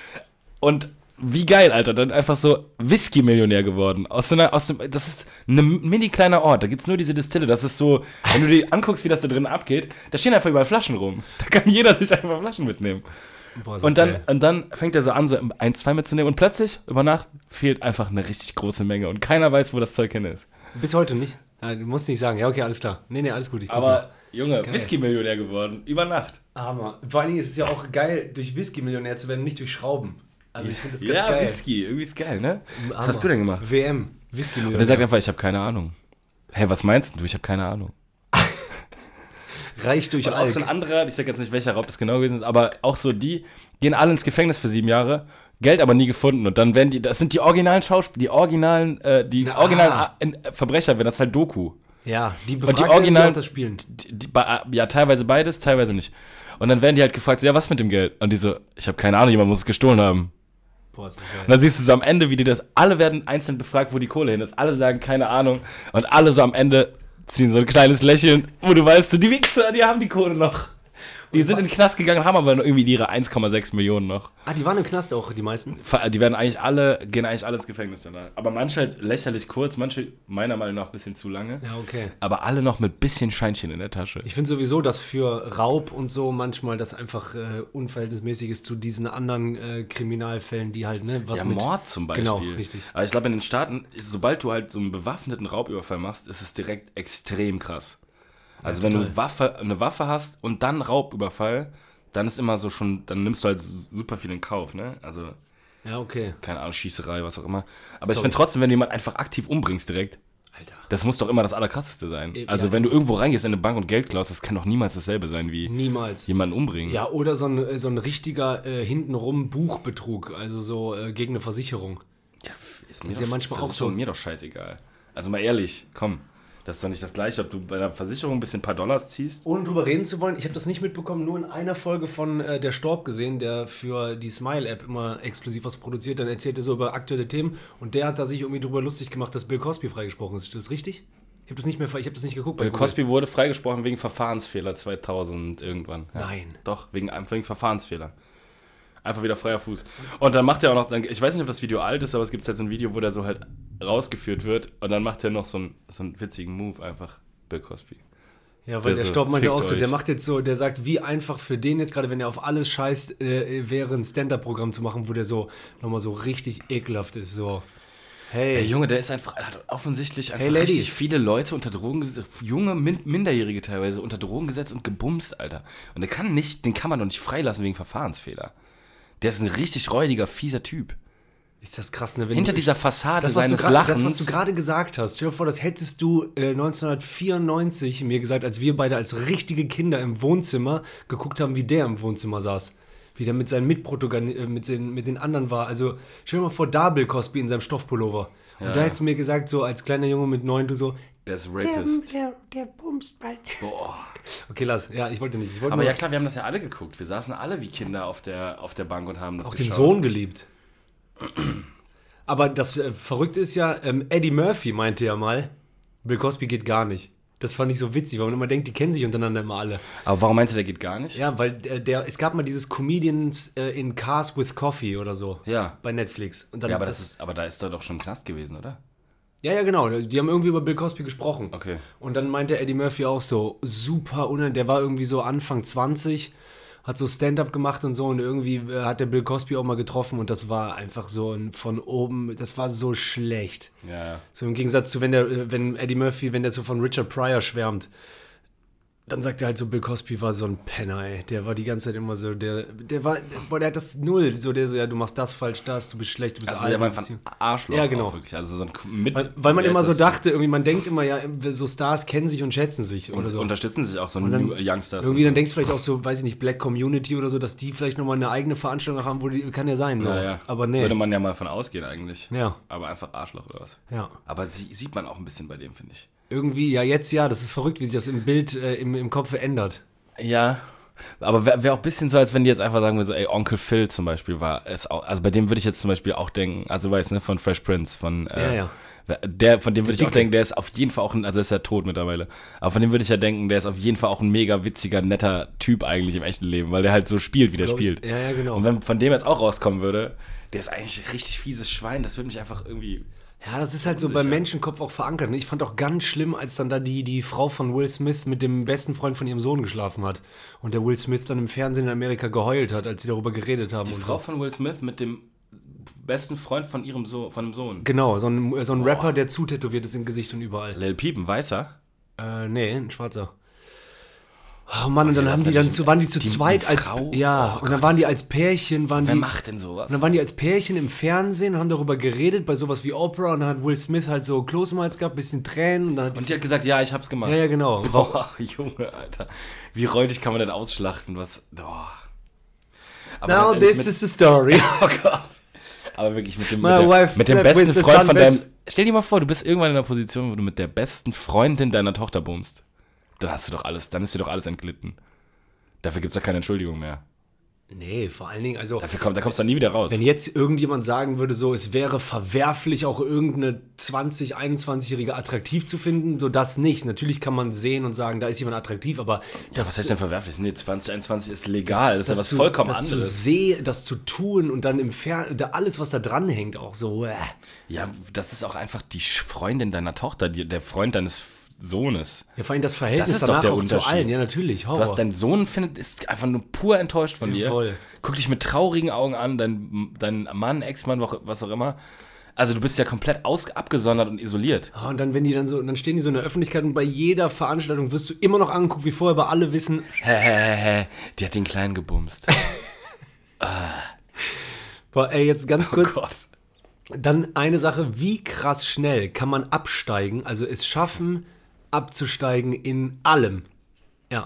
Und wie geil, Alter, dann einfach so Whisky-Millionär geworden. Das ist ein mini kleiner Ort, da gibt's nur diese Distille. Das ist so, wenn du dir anguckst, wie das da drin abgeht, da stehen einfach überall Flaschen rum. Da kann jeder sich einfach Flaschen mitnehmen. Boah, und dann fängt er so an, so 1, 2 mitzunehmen und plötzlich, über Nacht, fehlt einfach eine richtig große Menge und keiner weiß, wo das Zeug hin ist. Bis heute nicht? Ja, du musst nicht sagen, ja okay, alles klar. Nee, alles gut. Aber, Junge, Whisky-Millionär geworden, über Nacht. Hammer. Vor allen Dingen ist es ja auch geil, durch Whisky-Millionär zu werden, nicht durch Schrauben. Also ich finde das ganz geil. Ja, Whisky, irgendwie ist geil, ne? Was hast du denn gemacht? WM, Whisky-Millionär. Und der sagt einfach, ich habe keine Ahnung. Hey, was meinst du? Ich habe keine Ahnung. Reich durch Alk. Und auch so ein anderer, ich sag jetzt nicht, welcher Raub das genau gewesen ist, aber auch so die gehen alle ins Gefängnis für 7 Jahre, Geld aber nie gefunden. Und dann werden das sind die originalen Schauspieler, die originalen Verbrecher, wenn das halt Doku. Ja, die Und die originalen, das spielen. Ja, teilweise beides, teilweise nicht. Und dann werden die halt gefragt, ja, was mit dem Geld? Und die so, ich habe keine Ahnung, jemand muss es gestohlen haben. Boah, ist das geil. Und dann siehst du so am Ende, wie die das, alle werden einzeln befragt, wo die Kohle hin ist. Alle sagen, keine Ahnung. Und alle so am Ende ziehen so ein kleines Lächeln, wo du weißt, so, die Wichser, die haben die Kohle noch. Die sind in den Knast gegangen, haben aber irgendwie ihre 1,6 Millionen noch. Ah, die waren im Knast auch, die meisten? Die gehen eigentlich alle ins Gefängnis danach. Aber manche halt lächerlich kurz, manche meiner Meinung nach ein bisschen zu lange. Ja, okay. Aber alle noch mit bisschen Scheinchen in der Tasche. Ich finde sowieso, dass für Raub und so manchmal das einfach unverhältnismäßig ist zu diesen anderen Kriminalfällen, die halt, ne, was ja, mit... Mord zum Beispiel. Genau, richtig. Aber ich glaube, in den Staaten, sobald du halt so einen bewaffneten Raubüberfall machst, ist es direkt extrem krass. Also ja, wenn du eine Waffe hast und dann Raubüberfall, dann ist immer so schon, dann nimmst du halt super viel in Kauf, ne? Also, ja, okay. Keine Ahnung, Schießerei, was auch immer. Aber ich finde trotzdem, wenn du jemanden einfach aktiv umbringst direkt, Alter, das muss doch immer das Allerkrasseste sein. Also wenn du irgendwo reingehst in eine Bank und Geld klaust, das kann doch niemals dasselbe sein wie jemanden umbringen. Ja, oder so ein richtiger hintenrum Buchbetrug, also so gegen eine Versicherung. Das ist ja manchmal auch so. Mir doch scheißegal. Also mal ehrlich, komm. Das ist doch nicht das Gleiche, ob du bei einer Versicherung ein bisschen ein paar Dollars ziehst. Ohne drüber reden zu wollen, ich habe das nicht mitbekommen, nur in einer Folge von Der Storb gesehen, der für die Smile-App immer exklusiv was produziert, dann erzählt er so über aktuelle Themen und der hat da sich irgendwie drüber lustig gemacht, dass Bill Cosby freigesprochen ist. Ist das richtig? Ich habe das nicht geguckt. Bill Cosby wurde freigesprochen wegen Verfahrensfehler 2000 irgendwann. Ja. Nein. Doch, wegen Verfahrensfehler. Einfach wieder freier Fuß. Und dann macht er auch noch, ich weiß nicht, ob das Video alt ist, aber es gibt halt so ein Video, wo der so halt rausgeführt wird und dann macht er noch so einen witzigen Move einfach, Bill Cosby. Ja, weil der Storb meinte auch so, der macht jetzt so, der sagt, wie einfach für den jetzt, gerade wenn er auf alles scheißt, wäre ein Stand-Up-Programm zu machen, wo der so nochmal so richtig ekelhaft ist, so. Hey. Der Junge, der ist einfach, hat offensichtlich einfach richtig viele Leute unter Drogen gesetzt, junge, Minderjährige teilweise unter Drogen gesetzt und gebumst, Alter. Und den kann man doch nicht freilassen wegen Verfahrensfehler. Der ist ein richtig räudiger, fieser Typ. Ist das krass, ne? Hinter dieser Fassade seines Lachens. Das, was du gerade gesagt hast, stell dir vor, das hättest du 1994 mir gesagt, als wir beide als richtige Kinder im Wohnzimmer geguckt haben, wie der im Wohnzimmer saß. Wie der mit seinen Mitprotagonisten, mit den anderen war. Also stell dir mal vor, da Bill Cosby in seinem Stoffpullover. Und da hättest du mir gesagt, so als kleiner Junge mit 9, du so, der ist Rapist. Der bumst bald. Boah. Okay, lass. Ja, ich wollte nicht. Aber ja klar, wir haben das ja alle geguckt. Wir saßen alle wie Kinder auf der Bank und haben das auch geschaut. Den Sohn geliebt. Aber das Verrückte ist ja, Eddie Murphy meinte ja mal, Bill Cosby geht gar nicht. Das fand ich so witzig, weil man immer denkt, die kennen sich untereinander immer alle. Aber warum meinst du, der geht gar nicht? Ja, weil es gab mal dieses Comedians in Cars with Coffee oder so. Ja. Bei Netflix. Und dann ja, aber da ist er doch schon im Knast gewesen, oder? Ja, genau. Die haben irgendwie über Bill Cosby gesprochen. Okay. Und dann meinte Eddie Murphy auch so, super der war irgendwie so Anfang 20, hat so Stand-up gemacht und so und irgendwie hat der Bill Cosby auch mal getroffen und das war einfach so von oben, das war so schlecht. Ja. So im Gegensatz zu, wenn Eddie Murphy, wenn der so von Richard Pryor schwärmt, dann sagt er halt so, Bill Cosby war so ein Penner, ey. Der war die ganze Zeit immer so, der hat das null. So, ja, du machst das falsch, du bist schlecht, du bist alt. Also der war einfach ein Arschloch. Ja, genau. Wirklich. Also so weil man immer so dachte, irgendwie, man denkt immer, ja, so Stars kennen sich und schätzen sich. Und oder so. Unterstützen sich auch so New Youngsters. Irgendwie, dann denkst du vielleicht auch so, weiß ich nicht, Black Community oder so, dass die vielleicht nochmal eine eigene Veranstaltung haben, kann ja sein. So. Ja. Aber nee. Würde man ja mal von ausgehen eigentlich. Ja. Aber einfach Arschloch oder was? Ja. Aber sieht man auch ein bisschen bei dem, finde ich. Irgendwie, das ist verrückt, wie sich das im Bild, im Kopf verändert. Ja, aber wäre auch ein bisschen so, als wenn die jetzt einfach sagen würden, so, ey, Onkel Phil zum Beispiel war es auch, also bei dem würde ich jetzt zum Beispiel auch denken, also weißt du, ne, von Fresh Prince, von dem würde ich auch denken, der ist auf jeden Fall auch also ist ja tot mittlerweile, aber von dem würde ich ja denken, der ist auf jeden Fall auch ein mega witziger, netter Typ eigentlich im echten Leben, weil der halt so spielt, wie der spielt. Ja, genau. Und wenn von dem jetzt auch rauskommen würde, der ist eigentlich ein richtig fieses Schwein, das würde mich einfach irgendwie... Ja, das ist halt so beim Menschenkopf auch verankert. Ich fand auch ganz schlimm, als dann da die Frau von Will Smith mit dem besten Freund von ihrem Sohn geschlafen hat. Und der Will Smith dann im Fernsehen in Amerika geheult hat, als sie darüber geredet haben. Die Frau von Will Smith mit dem besten Freund von dem Sohn? Genau, so ein Rapper, der zutätowiert ist im Gesicht und überall. Lil Peep, ein Weißer? Nee, ein Schwarzer. Oh Mann, und dann waren die zu zweit als Frau? Ja, und dann waren die als Pärchen, Wer macht denn sowas? Und dann waren die als Pärchen im Fernsehen und haben darüber geredet, bei sowas wie Oprah, und dann hat Will Smith halt so Kloß im Hals gehabt, bisschen Tränen. Und die hat gesagt, ja, ich hab's gemacht. Ja, genau. Boah, Junge, Alter. Wie räudig kann man denn ausschlachten, was... Oh. Now this is the story. Oh Gott. Aber wirklich mit dem Wife besten with the Freund sun von best- deinem... Stell dir mal vor, du bist irgendwann in einer Position, wo du mit der besten Freundin deiner Tochter bummst. Dann ist dir doch alles entglitten. Dafür gibt es ja keine Entschuldigung mehr. Nee, vor allen Dingen, also... Da kommst du nie wieder raus. Wenn jetzt irgendjemand sagen würde, so, es wäre verwerflich, auch irgendeine 20-, 21-Jährige attraktiv zu finden, so das nicht. Natürlich kann man sehen und sagen, da ist jemand attraktiv, aber... Was heißt denn verwerflich? Nee, 2021 ist legal, das ist ja was vollkommen anderes. Das zu tun und dann im alles, was da dran hängt, auch so... Ja, das ist auch einfach die Freundin deiner Tochter, der Freund deines Sohnes. Ja, vor allem das Verhältnis Das ist danach doch der auch Unterschied. zu allen, ja natürlich, Horror. Was dein Sohn findet, ist einfach nur pur enttäuscht von dir. Voll. Guck dich mit traurigen Augen an, dein Mann, Ex-Mann, was auch immer. Also du bist ja komplett abgesondert und isoliert. Und dann, dann stehen die so in der Öffentlichkeit und bei jeder Veranstaltung wirst du immer noch angeguckt, wie vorher, aber alle wissen... Die hat den Kleinen gebumst. Boah, ey, jetzt ganz kurz... Oh Gott. Dann eine Sache, wie krass schnell kann man absteigen, also es schaffen, abzusteigen in allem. Ja.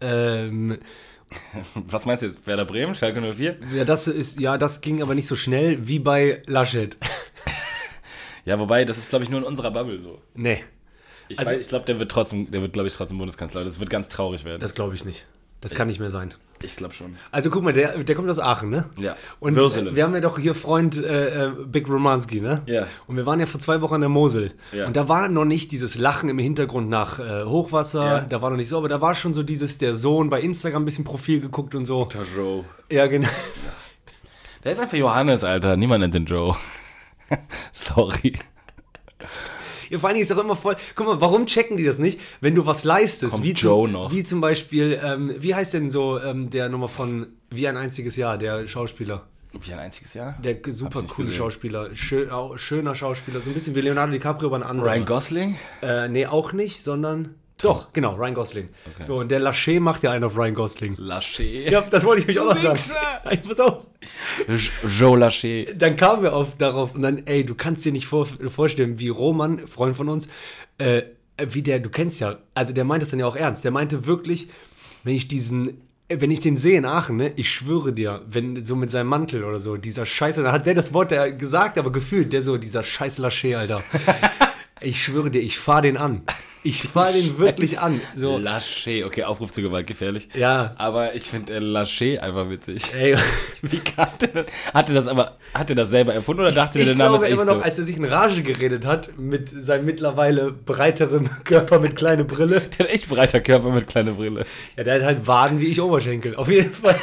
Was meinst du jetzt? Werder Bremen, Schalke 04? Das ging aber nicht so schnell wie bei Laschet. Ja, wobei, das ist, glaube ich, nur in unserer Bubble so. Nee. Ich glaube, der wird, glaube ich, trotzdem Bundeskanzler. Das wird ganz traurig werden. Das glaube ich nicht. Das kann nicht mehr sein. Ich glaube schon. Also guck mal, der kommt aus Aachen, ne? Ja. Und wir haben ja doch hier Freund Big Romanski, ne? Ja. Und wir waren ja vor 2 Wochen an der Mosel. Ja. Und da war noch nicht dieses Lachen im Hintergrund nach Hochwasser. Ja. Da war noch nicht so, aber da war schon so der Sohn bei Instagram ein bisschen Profil geguckt und so. Der Joe. Ja, genau. Der ist einfach Johannes, Alter. Niemand nennt den Joe. Sorry. Ja, vor allen Dingen ist auch immer voll. Guck mal, warum checken die das nicht, wenn du was leistest? Kommt Wie Joe noch. Wie zum Beispiel, wie heißt denn so der Nummer von Wie ein einziges Jahr, der Schauspieler? Wie ein einziges Jahr? Der super coole gesehen. Schauspieler. Schöner Schauspieler. So ein bisschen wie Leonardo DiCaprio, aber ein anderer. Ryan Gosling? Nee, auch nicht, sondern. Doch, genau, Ryan Gosling. Okay. So, und der Lachey macht ja einen auf Ryan Gosling. Lachey? Ja, das wollte ich mich auch noch sagen. Ey, pass auf. Joe Lachey. Dann kamen wir darauf und dann, ey, du kannst dir nicht vorstellen, wie Roman, Freund von uns, du kennst ja, also der meint das dann ja auch ernst. Der meinte wirklich, wenn ich den sehe in Aachen, ne, ich schwöre dir, wenn so mit seinem Mantel oder so, dieser Scheiße, dann hat der das Wort gesagt, aber gefühlt, dieser scheiß Lachey, Alter. Ich schwöre dir, ich fahre den an. Ich fahre den wirklich an. So. Lachey, okay, Aufruf zu Gewalt, gefährlich. Ja. Aber ich finde Lachey einfach witzig. Ey. Wie hat er das selber erfunden oder dachte der Name ist echt so? Ich glaube immer noch, als er sich in Rage geredet hat, mit seinem mittlerweile breiterem Körper mit kleiner Brille. Der hat echt breiter Körper mit kleiner Brille. Ja, der hat halt Waden wie ich Oberschenkel. Auf jeden Fall.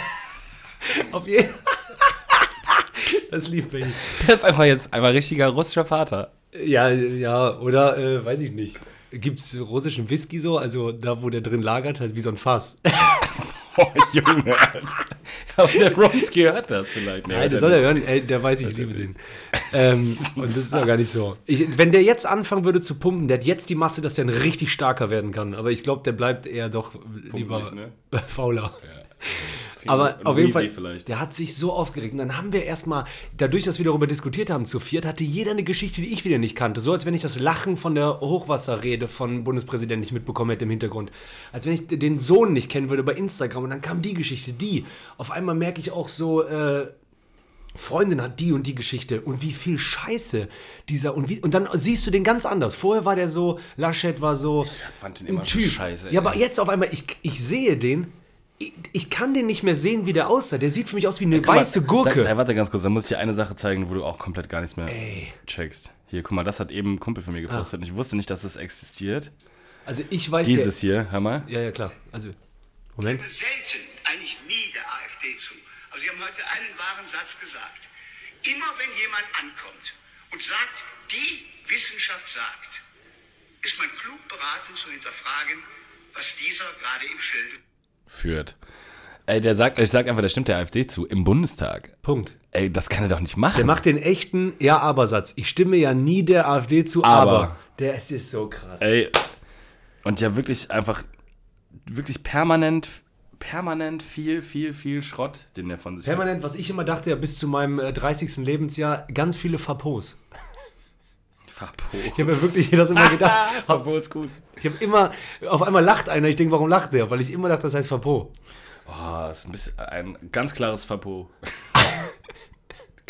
Das lief bei ihm. Der ist einfach jetzt einmal richtiger russischer Vater. Ja, oder, weiß ich nicht. Gibt's russischen Whisky so? Also da, wo der drin lagert, halt wie so ein Fass. Oh, Junge, Alter. Aber der Romsky hört das vielleicht. Nee, Nein, das soll er hören. Ey, der weiß, ich liebe den. Und das ist doch gar nicht so. Wenn der jetzt anfangen würde zu pumpen, der hat jetzt die Masse, dass der ein richtig starker werden kann. Aber ich glaube, der bleibt eher doch lieber fauler. Ja. Aber auf jeden Fall, vielleicht. Der hat sich so aufgeregt. Und dann haben wir erstmal, dadurch, dass wir darüber diskutiert haben, zu viert, hatte jeder eine Geschichte, die ich wieder nicht kannte. So, als wenn ich das Lachen von der Hochwasserrede von Bundespräsidenten nicht mitbekommen hätte im Hintergrund. Als wenn ich den Sohn nicht kennen würde bei Instagram. Und dann kam die Geschichte, die. Auf einmal merke ich auch so, Freundin hat die und die Geschichte. Und wie viel Scheiße dieser. Und dann siehst du den ganz anders. Vorher war der so, Laschet war so. Ich fand den immer Typ. Scheiße. Ja, aber jetzt auf einmal, ich sehe den. Ich kann den nicht mehr sehen, wie der aussah. Der sieht für mich aus wie eine weiße Gurke. Warte ganz kurz, da muss ich dir eine Sache zeigen, wo du auch komplett gar nichts mehr checkst. Hier, guck mal, das hat eben ein Kumpel von mir gepostet. Und ich wusste nicht, dass es existiert. Also ich weiß Dieses hier, hör mal. Ja, klar. Also, Moment. Selten, eigentlich nie der AfD zu. Aber Sie haben heute einen wahren Satz gesagt. Immer wenn jemand ankommt und sagt, die Wissenschaft sagt, ist man klug beraten zu hinterfragen, was dieser gerade im Schilde führt. Ey, ich sag einfach, der stimmt der AfD zu, im Bundestag. Punkt. Ey, das kann er doch nicht machen. Der macht den echten Ja-Aber-Satz. Ich stimme ja nie der AfD zu, aber. Es ist so krass. Ey, und ja wirklich einfach, wirklich permanent viel Schrott, den er von sich hat. Permanent, was ich immer dachte, ja bis zu meinem 30. Lebensjahr, ganz viele Fapos. Ich habe mir wirklich das immer gedacht. Fapos ist gut. Ich habe immer, auf einmal lacht einer, ich denke, warum lacht der? Weil ich immer dachte, das heißt Fapos. Oh, das ist ein ganz klares Fapos.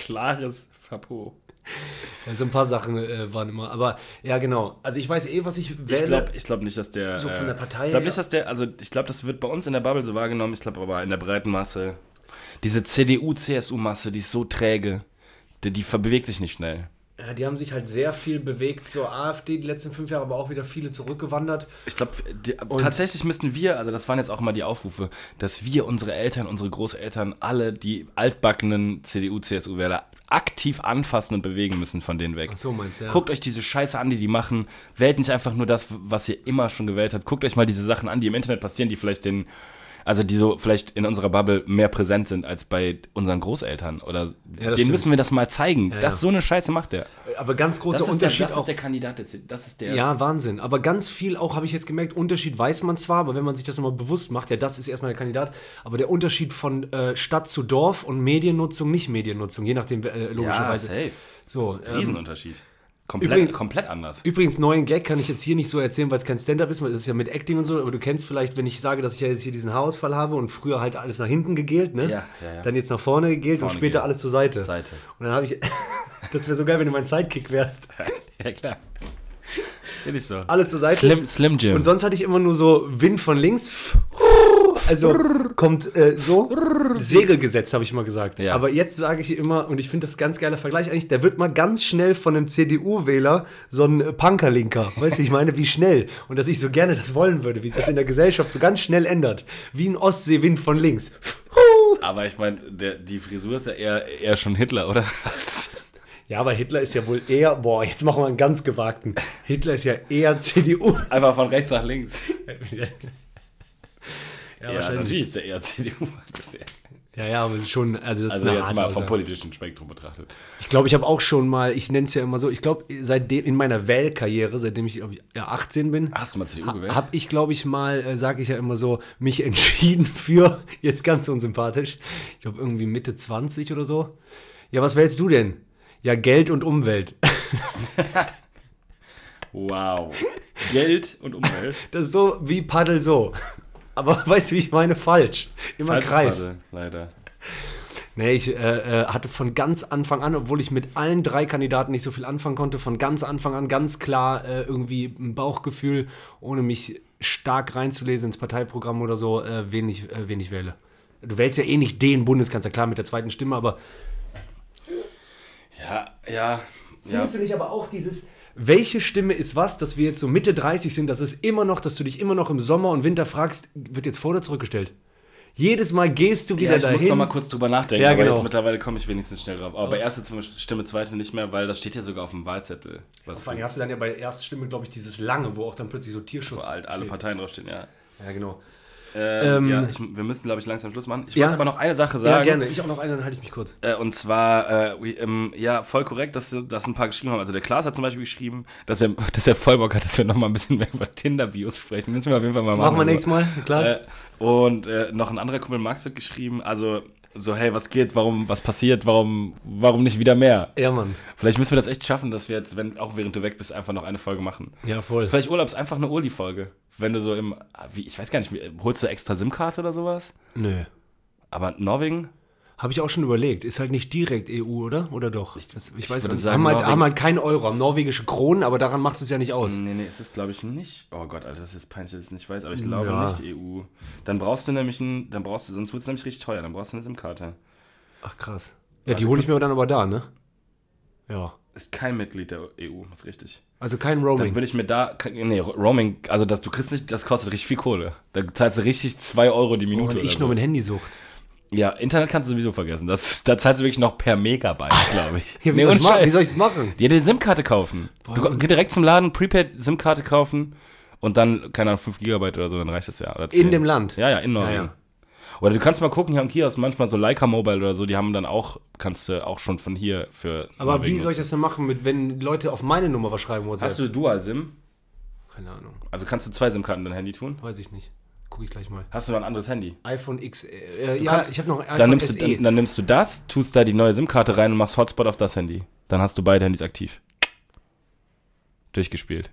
klares Verbot. Ja, so ein paar Sachen waren immer, aber ja genau. Also ich weiß was ich wähle. Ich glaube nicht, dass der... So von der Partei Ich glaube nicht, dass der... Also ich glaube, das wird bei uns in der Bubble so wahrgenommen. Ich glaube aber in der breiten Masse... Diese CDU-CSU-Masse, die ist so träge. Die bewegt sich nicht schnell. Ja, die haben sich halt sehr viel bewegt zur AfD die letzten 5 Jahre, aber auch wieder viele zurückgewandert. Ich glaube, tatsächlich müssten wir, also das waren jetzt auch immer die Aufrufe, dass wir unsere Eltern, unsere Großeltern, alle die altbackenen CDU-CSU-Wähler aktiv anfassen und bewegen müssen von denen weg. Ach so, meinst du, ja. Guckt euch diese Scheiße an, die machen. Wählt nicht einfach nur das, was ihr immer schon gewählt habt. Guckt euch mal diese Sachen an, die im Internet passieren, die vielleicht die so vielleicht in unserer Bubble mehr präsent sind als bei unseren Großeltern. Oder denen müssen wir das mal zeigen. Ja. So eine Scheiße macht der. Aber ganz großer Unterschied Das ist der Kandidat, das ist der... Ja, Wahnsinn. Aber ganz viel auch, habe ich jetzt gemerkt, Unterschied weiß man zwar, aber wenn man sich das nochmal bewusst macht, ja, das ist erstmal der Kandidat, aber der Unterschied von Stadt zu Dorf und Mediennutzung, nicht Mediennutzung, je nachdem, logischerweise. Ja, safe. So, Riesenunterschied. Übrigens- Komplett anders. Übrigens, neuen Gag kann ich jetzt hier nicht so erzählen, weil es kein Stand-Up ist, weil das ist ja mit Acting und so, aber du kennst vielleicht, wenn ich sage, dass ich ja jetzt hier diesen Haarausfall habe und früher halt alles nach hinten gegelt, ne? Ja. Dann jetzt nach vorne gegelt und später gegelt. alles zur Seite. Und dann habe ich, das wäre so geil, wenn du mein Sidekick wärst. Ja, klar. Finde ich so. Alles zur Seite. Slim Jim. Und sonst hatte ich immer nur so Wind von links. Also kommt so. Segelgesetz, habe ich mal gesagt. Ja. Aber jetzt sage ich immer, und ich finde das ganz geiler Vergleich eigentlich, der wird mal ganz schnell von einem CDU-Wähler so ein Punkerlinker. Weißt du, ich meine, wie schnell. Und dass ich so gerne das wollen würde, wie sich das in der Gesellschaft so ganz schnell ändert. Wie ein Ostseewind von links. Aber ich meine, die Frisur ist ja eher schon Hitler, oder? Ja, aber Hitler ist ja wohl eher, jetzt machen wir einen ganz gewagten. Hitler ist ja eher CDU. Einfach von rechts nach links. Ja, Ja, natürlich ist der eher CDU als der. Ja, aber es ist schon, also das ist Also eine jetzt harte mal vom Aussage. politischen Spektrum betrachtet. Ich glaube, ich habe auch schon mal, ich nenne es ja immer so, ich glaube, seitdem in meiner Wählkarriere, seitdem ich, glaube ich, 18 bin, Hast du mal CDU gewählt? habe ich, glaube ich, mal, sage ich ja immer so, mich entschieden für, jetzt ganz unsympathisch, ich glaube irgendwie Mitte 20 oder so. Ja, was wählst du denn? Ja, Geld und Umwelt. Wow. Geld und Umwelt. Das ist so wie Paddel so. Aber weißt du, wie ich meine? Falsch. Immer Falsches Kreis. Paddel, leider. Nee, ich hatte von ganz Anfang an, obwohl ich mit allen 3 Kandidaten nicht so viel anfangen konnte, von ganz Anfang an ganz klar irgendwie ein Bauchgefühl, ohne mich stark reinzulesen ins Parteiprogramm oder so, wen ich wähle. Du wählst ja eh nicht den Bundeskanzler, klar mit der zweiten Stimme, aber Ja. findest du nicht aber auch dieses, welche Stimme ist was, dass wir jetzt so Mitte 30 sind, dass du dich immer noch im Sommer und Winter fragst, wird jetzt vor oder zurückgestellt? Jedes Mal gehst du wieder Ich dahin. muss noch mal kurz drüber nachdenken, Ja, aber genau. jetzt mittlerweile komme ich wenigstens schnell drauf. Aber bei erste Stimme, zweite nicht mehr, weil das steht ja sogar auf dem Wahlzettel. Vor allem hast du dann ja bei erster Stimme, glaube ich, dieses lange, wo auch dann plötzlich so Tierschutz wo alle steht. Parteien draufstehen, ja. Ja, genau. Wir müssen, glaube ich, langsam Schluss machen. Ich Ja. wollte aber noch eine Sache sagen. Ja, gerne. Ich auch noch eine, dann halte ich mich kurz. Und zwar, voll korrekt, dass ein paar geschrieben haben. Also der Klaas hat zum Beispiel geschrieben, dass er voll Bock hat, dass wir noch mal ein bisschen mehr über Tinder-Bios sprechen. Müssen wir auf jeden Fall mal machen. Machen wir nächstes Mal, klar. Und noch ein anderer Kumpel, Max, hat geschrieben, also so, hey, was geht, was passiert, warum nicht wieder mehr? Ja, Mann. Vielleicht müssen wir das echt schaffen, dass wir jetzt, auch während du weg bist, einfach noch eine Folge machen. Ja, voll. Vielleicht Urlaubs, einfach eine Uli-Folge. Wenn du so ich weiß gar nicht, holst du extra SIM-Karte oder sowas? Nö. Aber Norwegen? Habe ich auch schon überlegt. Ist halt nicht direkt EU, oder? Oder doch? Ich weiß würde nicht. sagen, Haben halt keinen Euro, haben norwegische Kronen, aber daran machst du es ja nicht aus. Nee, ist es, glaube ich, nicht. Oh Gott, Alter, das ist jetzt peinlich, dass ich es nicht weiß, aber ich glaube Ja. nicht EU. Dann brauchst du nämlich sonst wird es nämlich richtig teuer, dann brauchst du eine SIM-Karte. Ach, krass. Ja, die hole ich mir dann aber da, ne? Ja. Ist kein Mitglied der EU, ist richtig. Also kein Dann Roaming. würde ich mir Roaming, also du kriegst nicht, das kostet richtig viel Kohle. Da zahlst du richtig 2 Euro die Minute. Und ich oder nur so. mit Handysucht. Ja, Internet kannst du sowieso vergessen. Da zahlst du wirklich noch per Megabyte, glaube ich. Ja, Nee, ohne wie Scheiß. soll ich das machen? Dir eine SIM-Karte kaufen. Du geh direkt zum Laden, Prepaid-SIM-Karte kaufen und dann, keine Ahnung, 5 Gigabyte oder so, dann reicht das ja. Oder 10. In dem Land? Ja, in Norwegen. Ja. Oder du kannst mal gucken, hier am Kiosk manchmal so Leica Mobile oder so, die haben dann auch, kannst du auch schon von hier für Aber Norwegen wie soll ich das denn machen, wenn Leute auf meine Nummer was schreiben WhatsApp? Hast du Dual-SIM? Keine Ahnung. Also kannst du 2 SIM-Karten in dein Handy tun? Weiß ich nicht. Guck ich gleich mal. Hast du noch ein anderes Handy? iPhone X. kannst- ich habe noch ein Dann iPhone nimmst, SE. dann nimmst du das, tust da die neue SIM-Karte rein und machst Hotspot auf das Handy. Dann hast du beide Handys aktiv. Durchgespielt.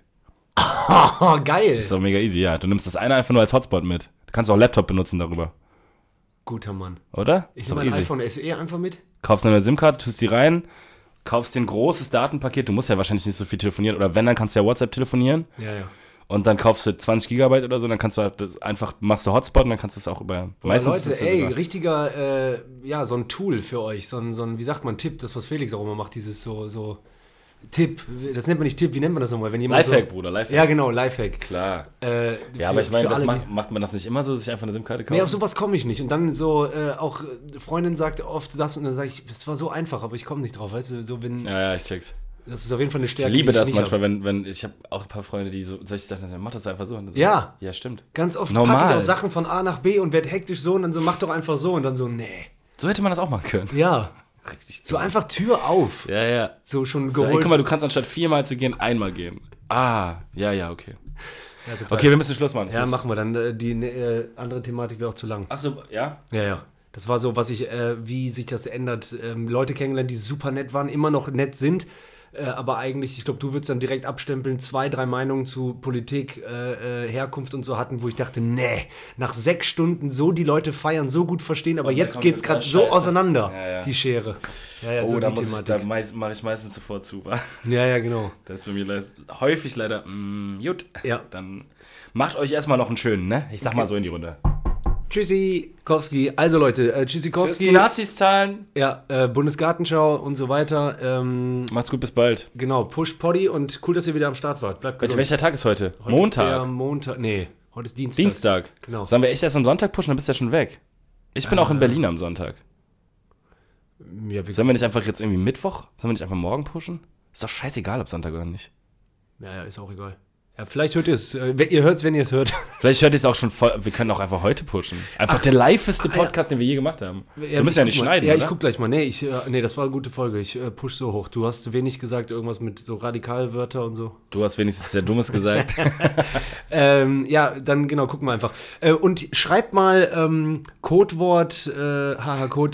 Oh, geil. Ist doch mega easy, ja. Du nimmst das eine einfach nur als Hotspot mit. Du kannst auch Laptop benutzen darüber. Guter Mann. Oder? Ich Ist doch nehme mein easy. iPhone SE einfach mit. Kaufst eine neue SIM-Karte, tust die rein, kaufst dir ein großes Datenpaket, du musst ja wahrscheinlich nicht so viel telefonieren, oder wenn, dann kannst du ja WhatsApp telefonieren. Ja. Und dann kaufst du 20 Gigabyte oder so, dann kannst du halt das einfach, machst du Hotspot und dann kannst du es auch über... Leute, ist das ey, sogar- richtiger, so ein Tool für euch, so ein, wie sagt man, Tipp, das, was Felix auch immer macht, dieses so Tipp, das nennt man nicht Tipp, wie nennt man das nochmal? Wenn jemand Lifehack, so, Bruder, Lifehack. Ja, genau, Lifehack. Klar. Ja, Aber ich meine, das alle, macht man das nicht immer so, sich einfach eine SIM-Karte kaufen? Nee, auf sowas komme ich nicht. Und dann so, auch Freundin sagt oft das und dann sage ich, das war so einfach, aber ich komme nicht drauf, weißt du, so wenn, Ja, ich check's. das ist auf jeden Fall eine Stärke, Ich liebe die das nicht manchmal, hab. wenn ich habe auch ein paar Freunde, die so solche Sachen sagen, mach das einfach so. Und so. Ja. Ja, stimmt. Ganz oft Normal. packe ich auch Sachen von A nach B und werde hektisch so und dann so, mach doch einfach so und dann so, nee. So hätte man das auch machen können. Ja, Richtig so einfach Tür auf. Ja, ja. So schon So, ey, geholt. guck mal, du kannst anstatt 4-mal zu gehen, einmal gehen. Ja, okay. Ja, total. Okay, wir müssen Schluss machen. Ja, machen wir dann. Die andere Thematik wäre auch zu lang. Achso, ja? Ja. Das war so, wie sich das ändert. Leute kennengelernt, die super nett waren, immer noch nett sind, aber eigentlich, ich glaube, du würdest dann direkt abstempeln, 2, 3 Meinungen zu Politik, Herkunft und so hatten, wo ich dachte, nee, nach 6 Stunden so die Leute feiern, so gut verstehen, aber Und jetzt dann geht's kommt gerade das so Scheiße. auseinander, Ja. die Schere. Ja, Oh, so da die mache ich meistens sofort zu. Wa? Ja, genau. Das ist bei mir häufig leider, gut. Ja. Dann macht euch erstmal noch einen schönen, ne? Ich sag mal so in die Runde. Tschüssikowski. Also Leute, Tschüssikowski. Die Nazis zahlen. Ja, Bundesgartenschau und so weiter. Macht's gut, bis bald. Genau, Push Poddy und cool, dass ihr wieder am Start wart. Bleibt gesund. Welcher Tag ist heute? Heute Montag. Ist der Montag. Nee, heute ist Dienstag. Dienstag. Genau. Sollen wir echt erst am Sonntag pushen, dann bist du ja schon weg. Ich bin auch in Berlin am Sonntag. Ja, Sollen wir nicht einfach jetzt irgendwie Mittwoch? Sollen wir nicht einfach morgen pushen? Ist doch scheißegal, ob Sonntag oder nicht. ja, ist auch egal. Ja, vielleicht hört ihr es. Ihr hört es, wenn ihr es hört. Vielleicht hört ihr es auch schon voll. Wir können auch einfach heute pushen. Einfach der liveste Podcast, den wir je gemacht haben. Wir müssen ja nicht schneiden, Ja, oder? ich guck gleich mal. Nee, das war eine gute Folge. Ich push so hoch. Du hast wenig gesagt, irgendwas mit so Radikalwörter und so. Du hast wenigstens sehr Dummes gesagt. Ja, dann genau, gucken wir einfach. Und schreibt mal Codewort, Code,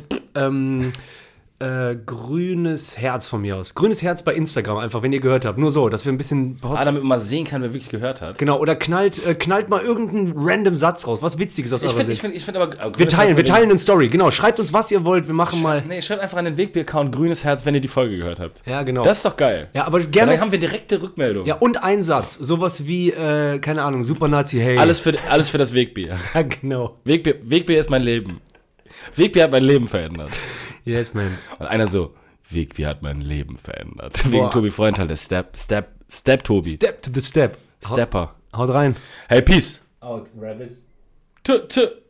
grünes Herz von mir aus. Grünes Herz bei Instagram einfach, wenn ihr gehört habt. Nur so, dass wir ein bisschen... Damit man mal sehen kann, wer wirklich gehört hat. Genau, oder knallt mal irgendeinen random Satz raus. Was Witziges aus eurer Sicht. Ich find aber... Wir teilen eine Story. Genau, schreibt uns, was ihr wollt. Wir machen mal... Nee, schreibt einfach an den Wegbier-Account grünes Herz, wenn ihr die Folge gehört habt. Ja, genau. Das ist doch geil. Ja, aber Dann gerne... haben wir direkte Rückmeldung. Ja, und ein Satz. Sowas wie, keine Ahnung, Super Nazi, hey. Alles für das Wegbier. Ja, genau. Wegbier ist mein Leben. Wegbier hat mein Leben verändert. Yes, man. Und einer so, Wegbier hat mein Leben verändert. Wegen Boah. Tobi Freundal, der Step Tobi. Step to the step. Stepper. Haut rein. Hey, peace. Out, Rabbit. Tü.